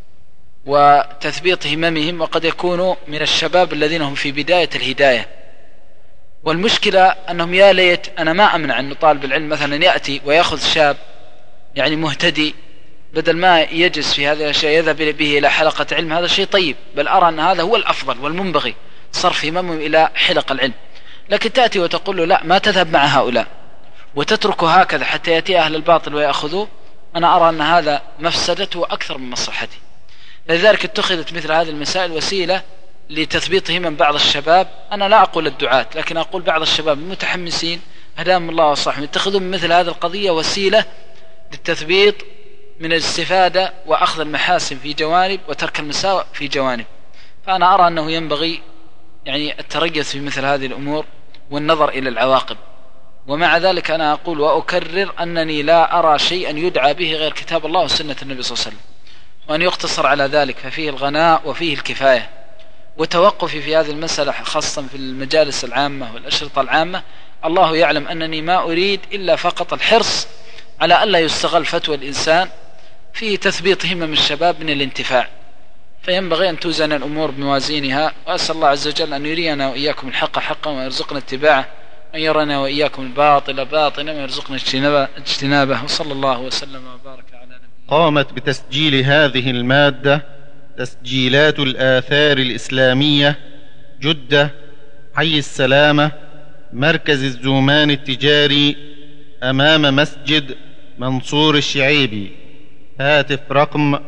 Speaker 1: وتثبيط هممهم، وقد يكونوا من الشباب الذين هم في بداية الهداية. والمشكلة أنهم يا ليت، أنا ما أمنع أن طالب العلم مثلا يأتي ويأخذ شاب يعني مهتدي، بدل ما يجلس في هذه الأشياء يذهب به إلى حلقة علم، هذا شيء طيب، بل أرى أن هذا هو الأفضل والمنبغي صرف هممهم إلى حلق العلم. لكن تأتي وتقول له لا، ما تذهب مع هؤلاء وتتركه هكذا حتى يأتي أهل الباطل ويأخذوه، أنا أرى أن هذا مفسدته أكثر من مصلحته. لذلك اتخذت مثل هذه المسائل وسيلة لتثبيط همم بعض الشباب. أنا لا أقول الدعاة، لكن أقول بعض الشباب المتحمسين هداهم الله وصحبه يتخذون من مثل هذه القضية وسيلة للتثبيط من الاستفادة وأخذ المحاسن في جوانب وترك المساوئ في جوانب. فأنا أرى أنه ينبغي يعني التريث في مثل هذه الأمور والنظر إلى العواقب. ومع ذلك أنا أقول وأكرر أنني لا أرى شيئا يدعى به غير كتاب الله وسنة النبي صلى الله عليه وسلم، وأن يقتصر على ذلك ففيه الغناء وفيه الكفاية. وتوقفي في هذه المسألة خاصة في المجالس العامة والأشرطة العامة، الله يعلم أنني ما أريد إلا فقط الحرص على ألا يستغل فتوى الإنسان في تثبيط همم الشباب من الانتفاع. فينبغي أن توزن الأمور بموازينها، وأسأل الله عز وجل أن يرينا وإياكم الحق حقا ويرزقنا اتباعه، أن يرنا وإياكم الباطل باطلا ويرزقنا اجتنابه. وصلى الله وسلم وبارك على نبينا.
Speaker 3: قامت بتسجيل هذه المادة تسجيلات الآثار الإسلامية، جدة، حي السلامة، مركز الزومان التجاري، أمام مسجد منصور الشعيبي. هاتف رقم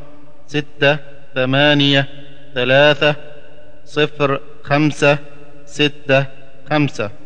Speaker 3: 683305665.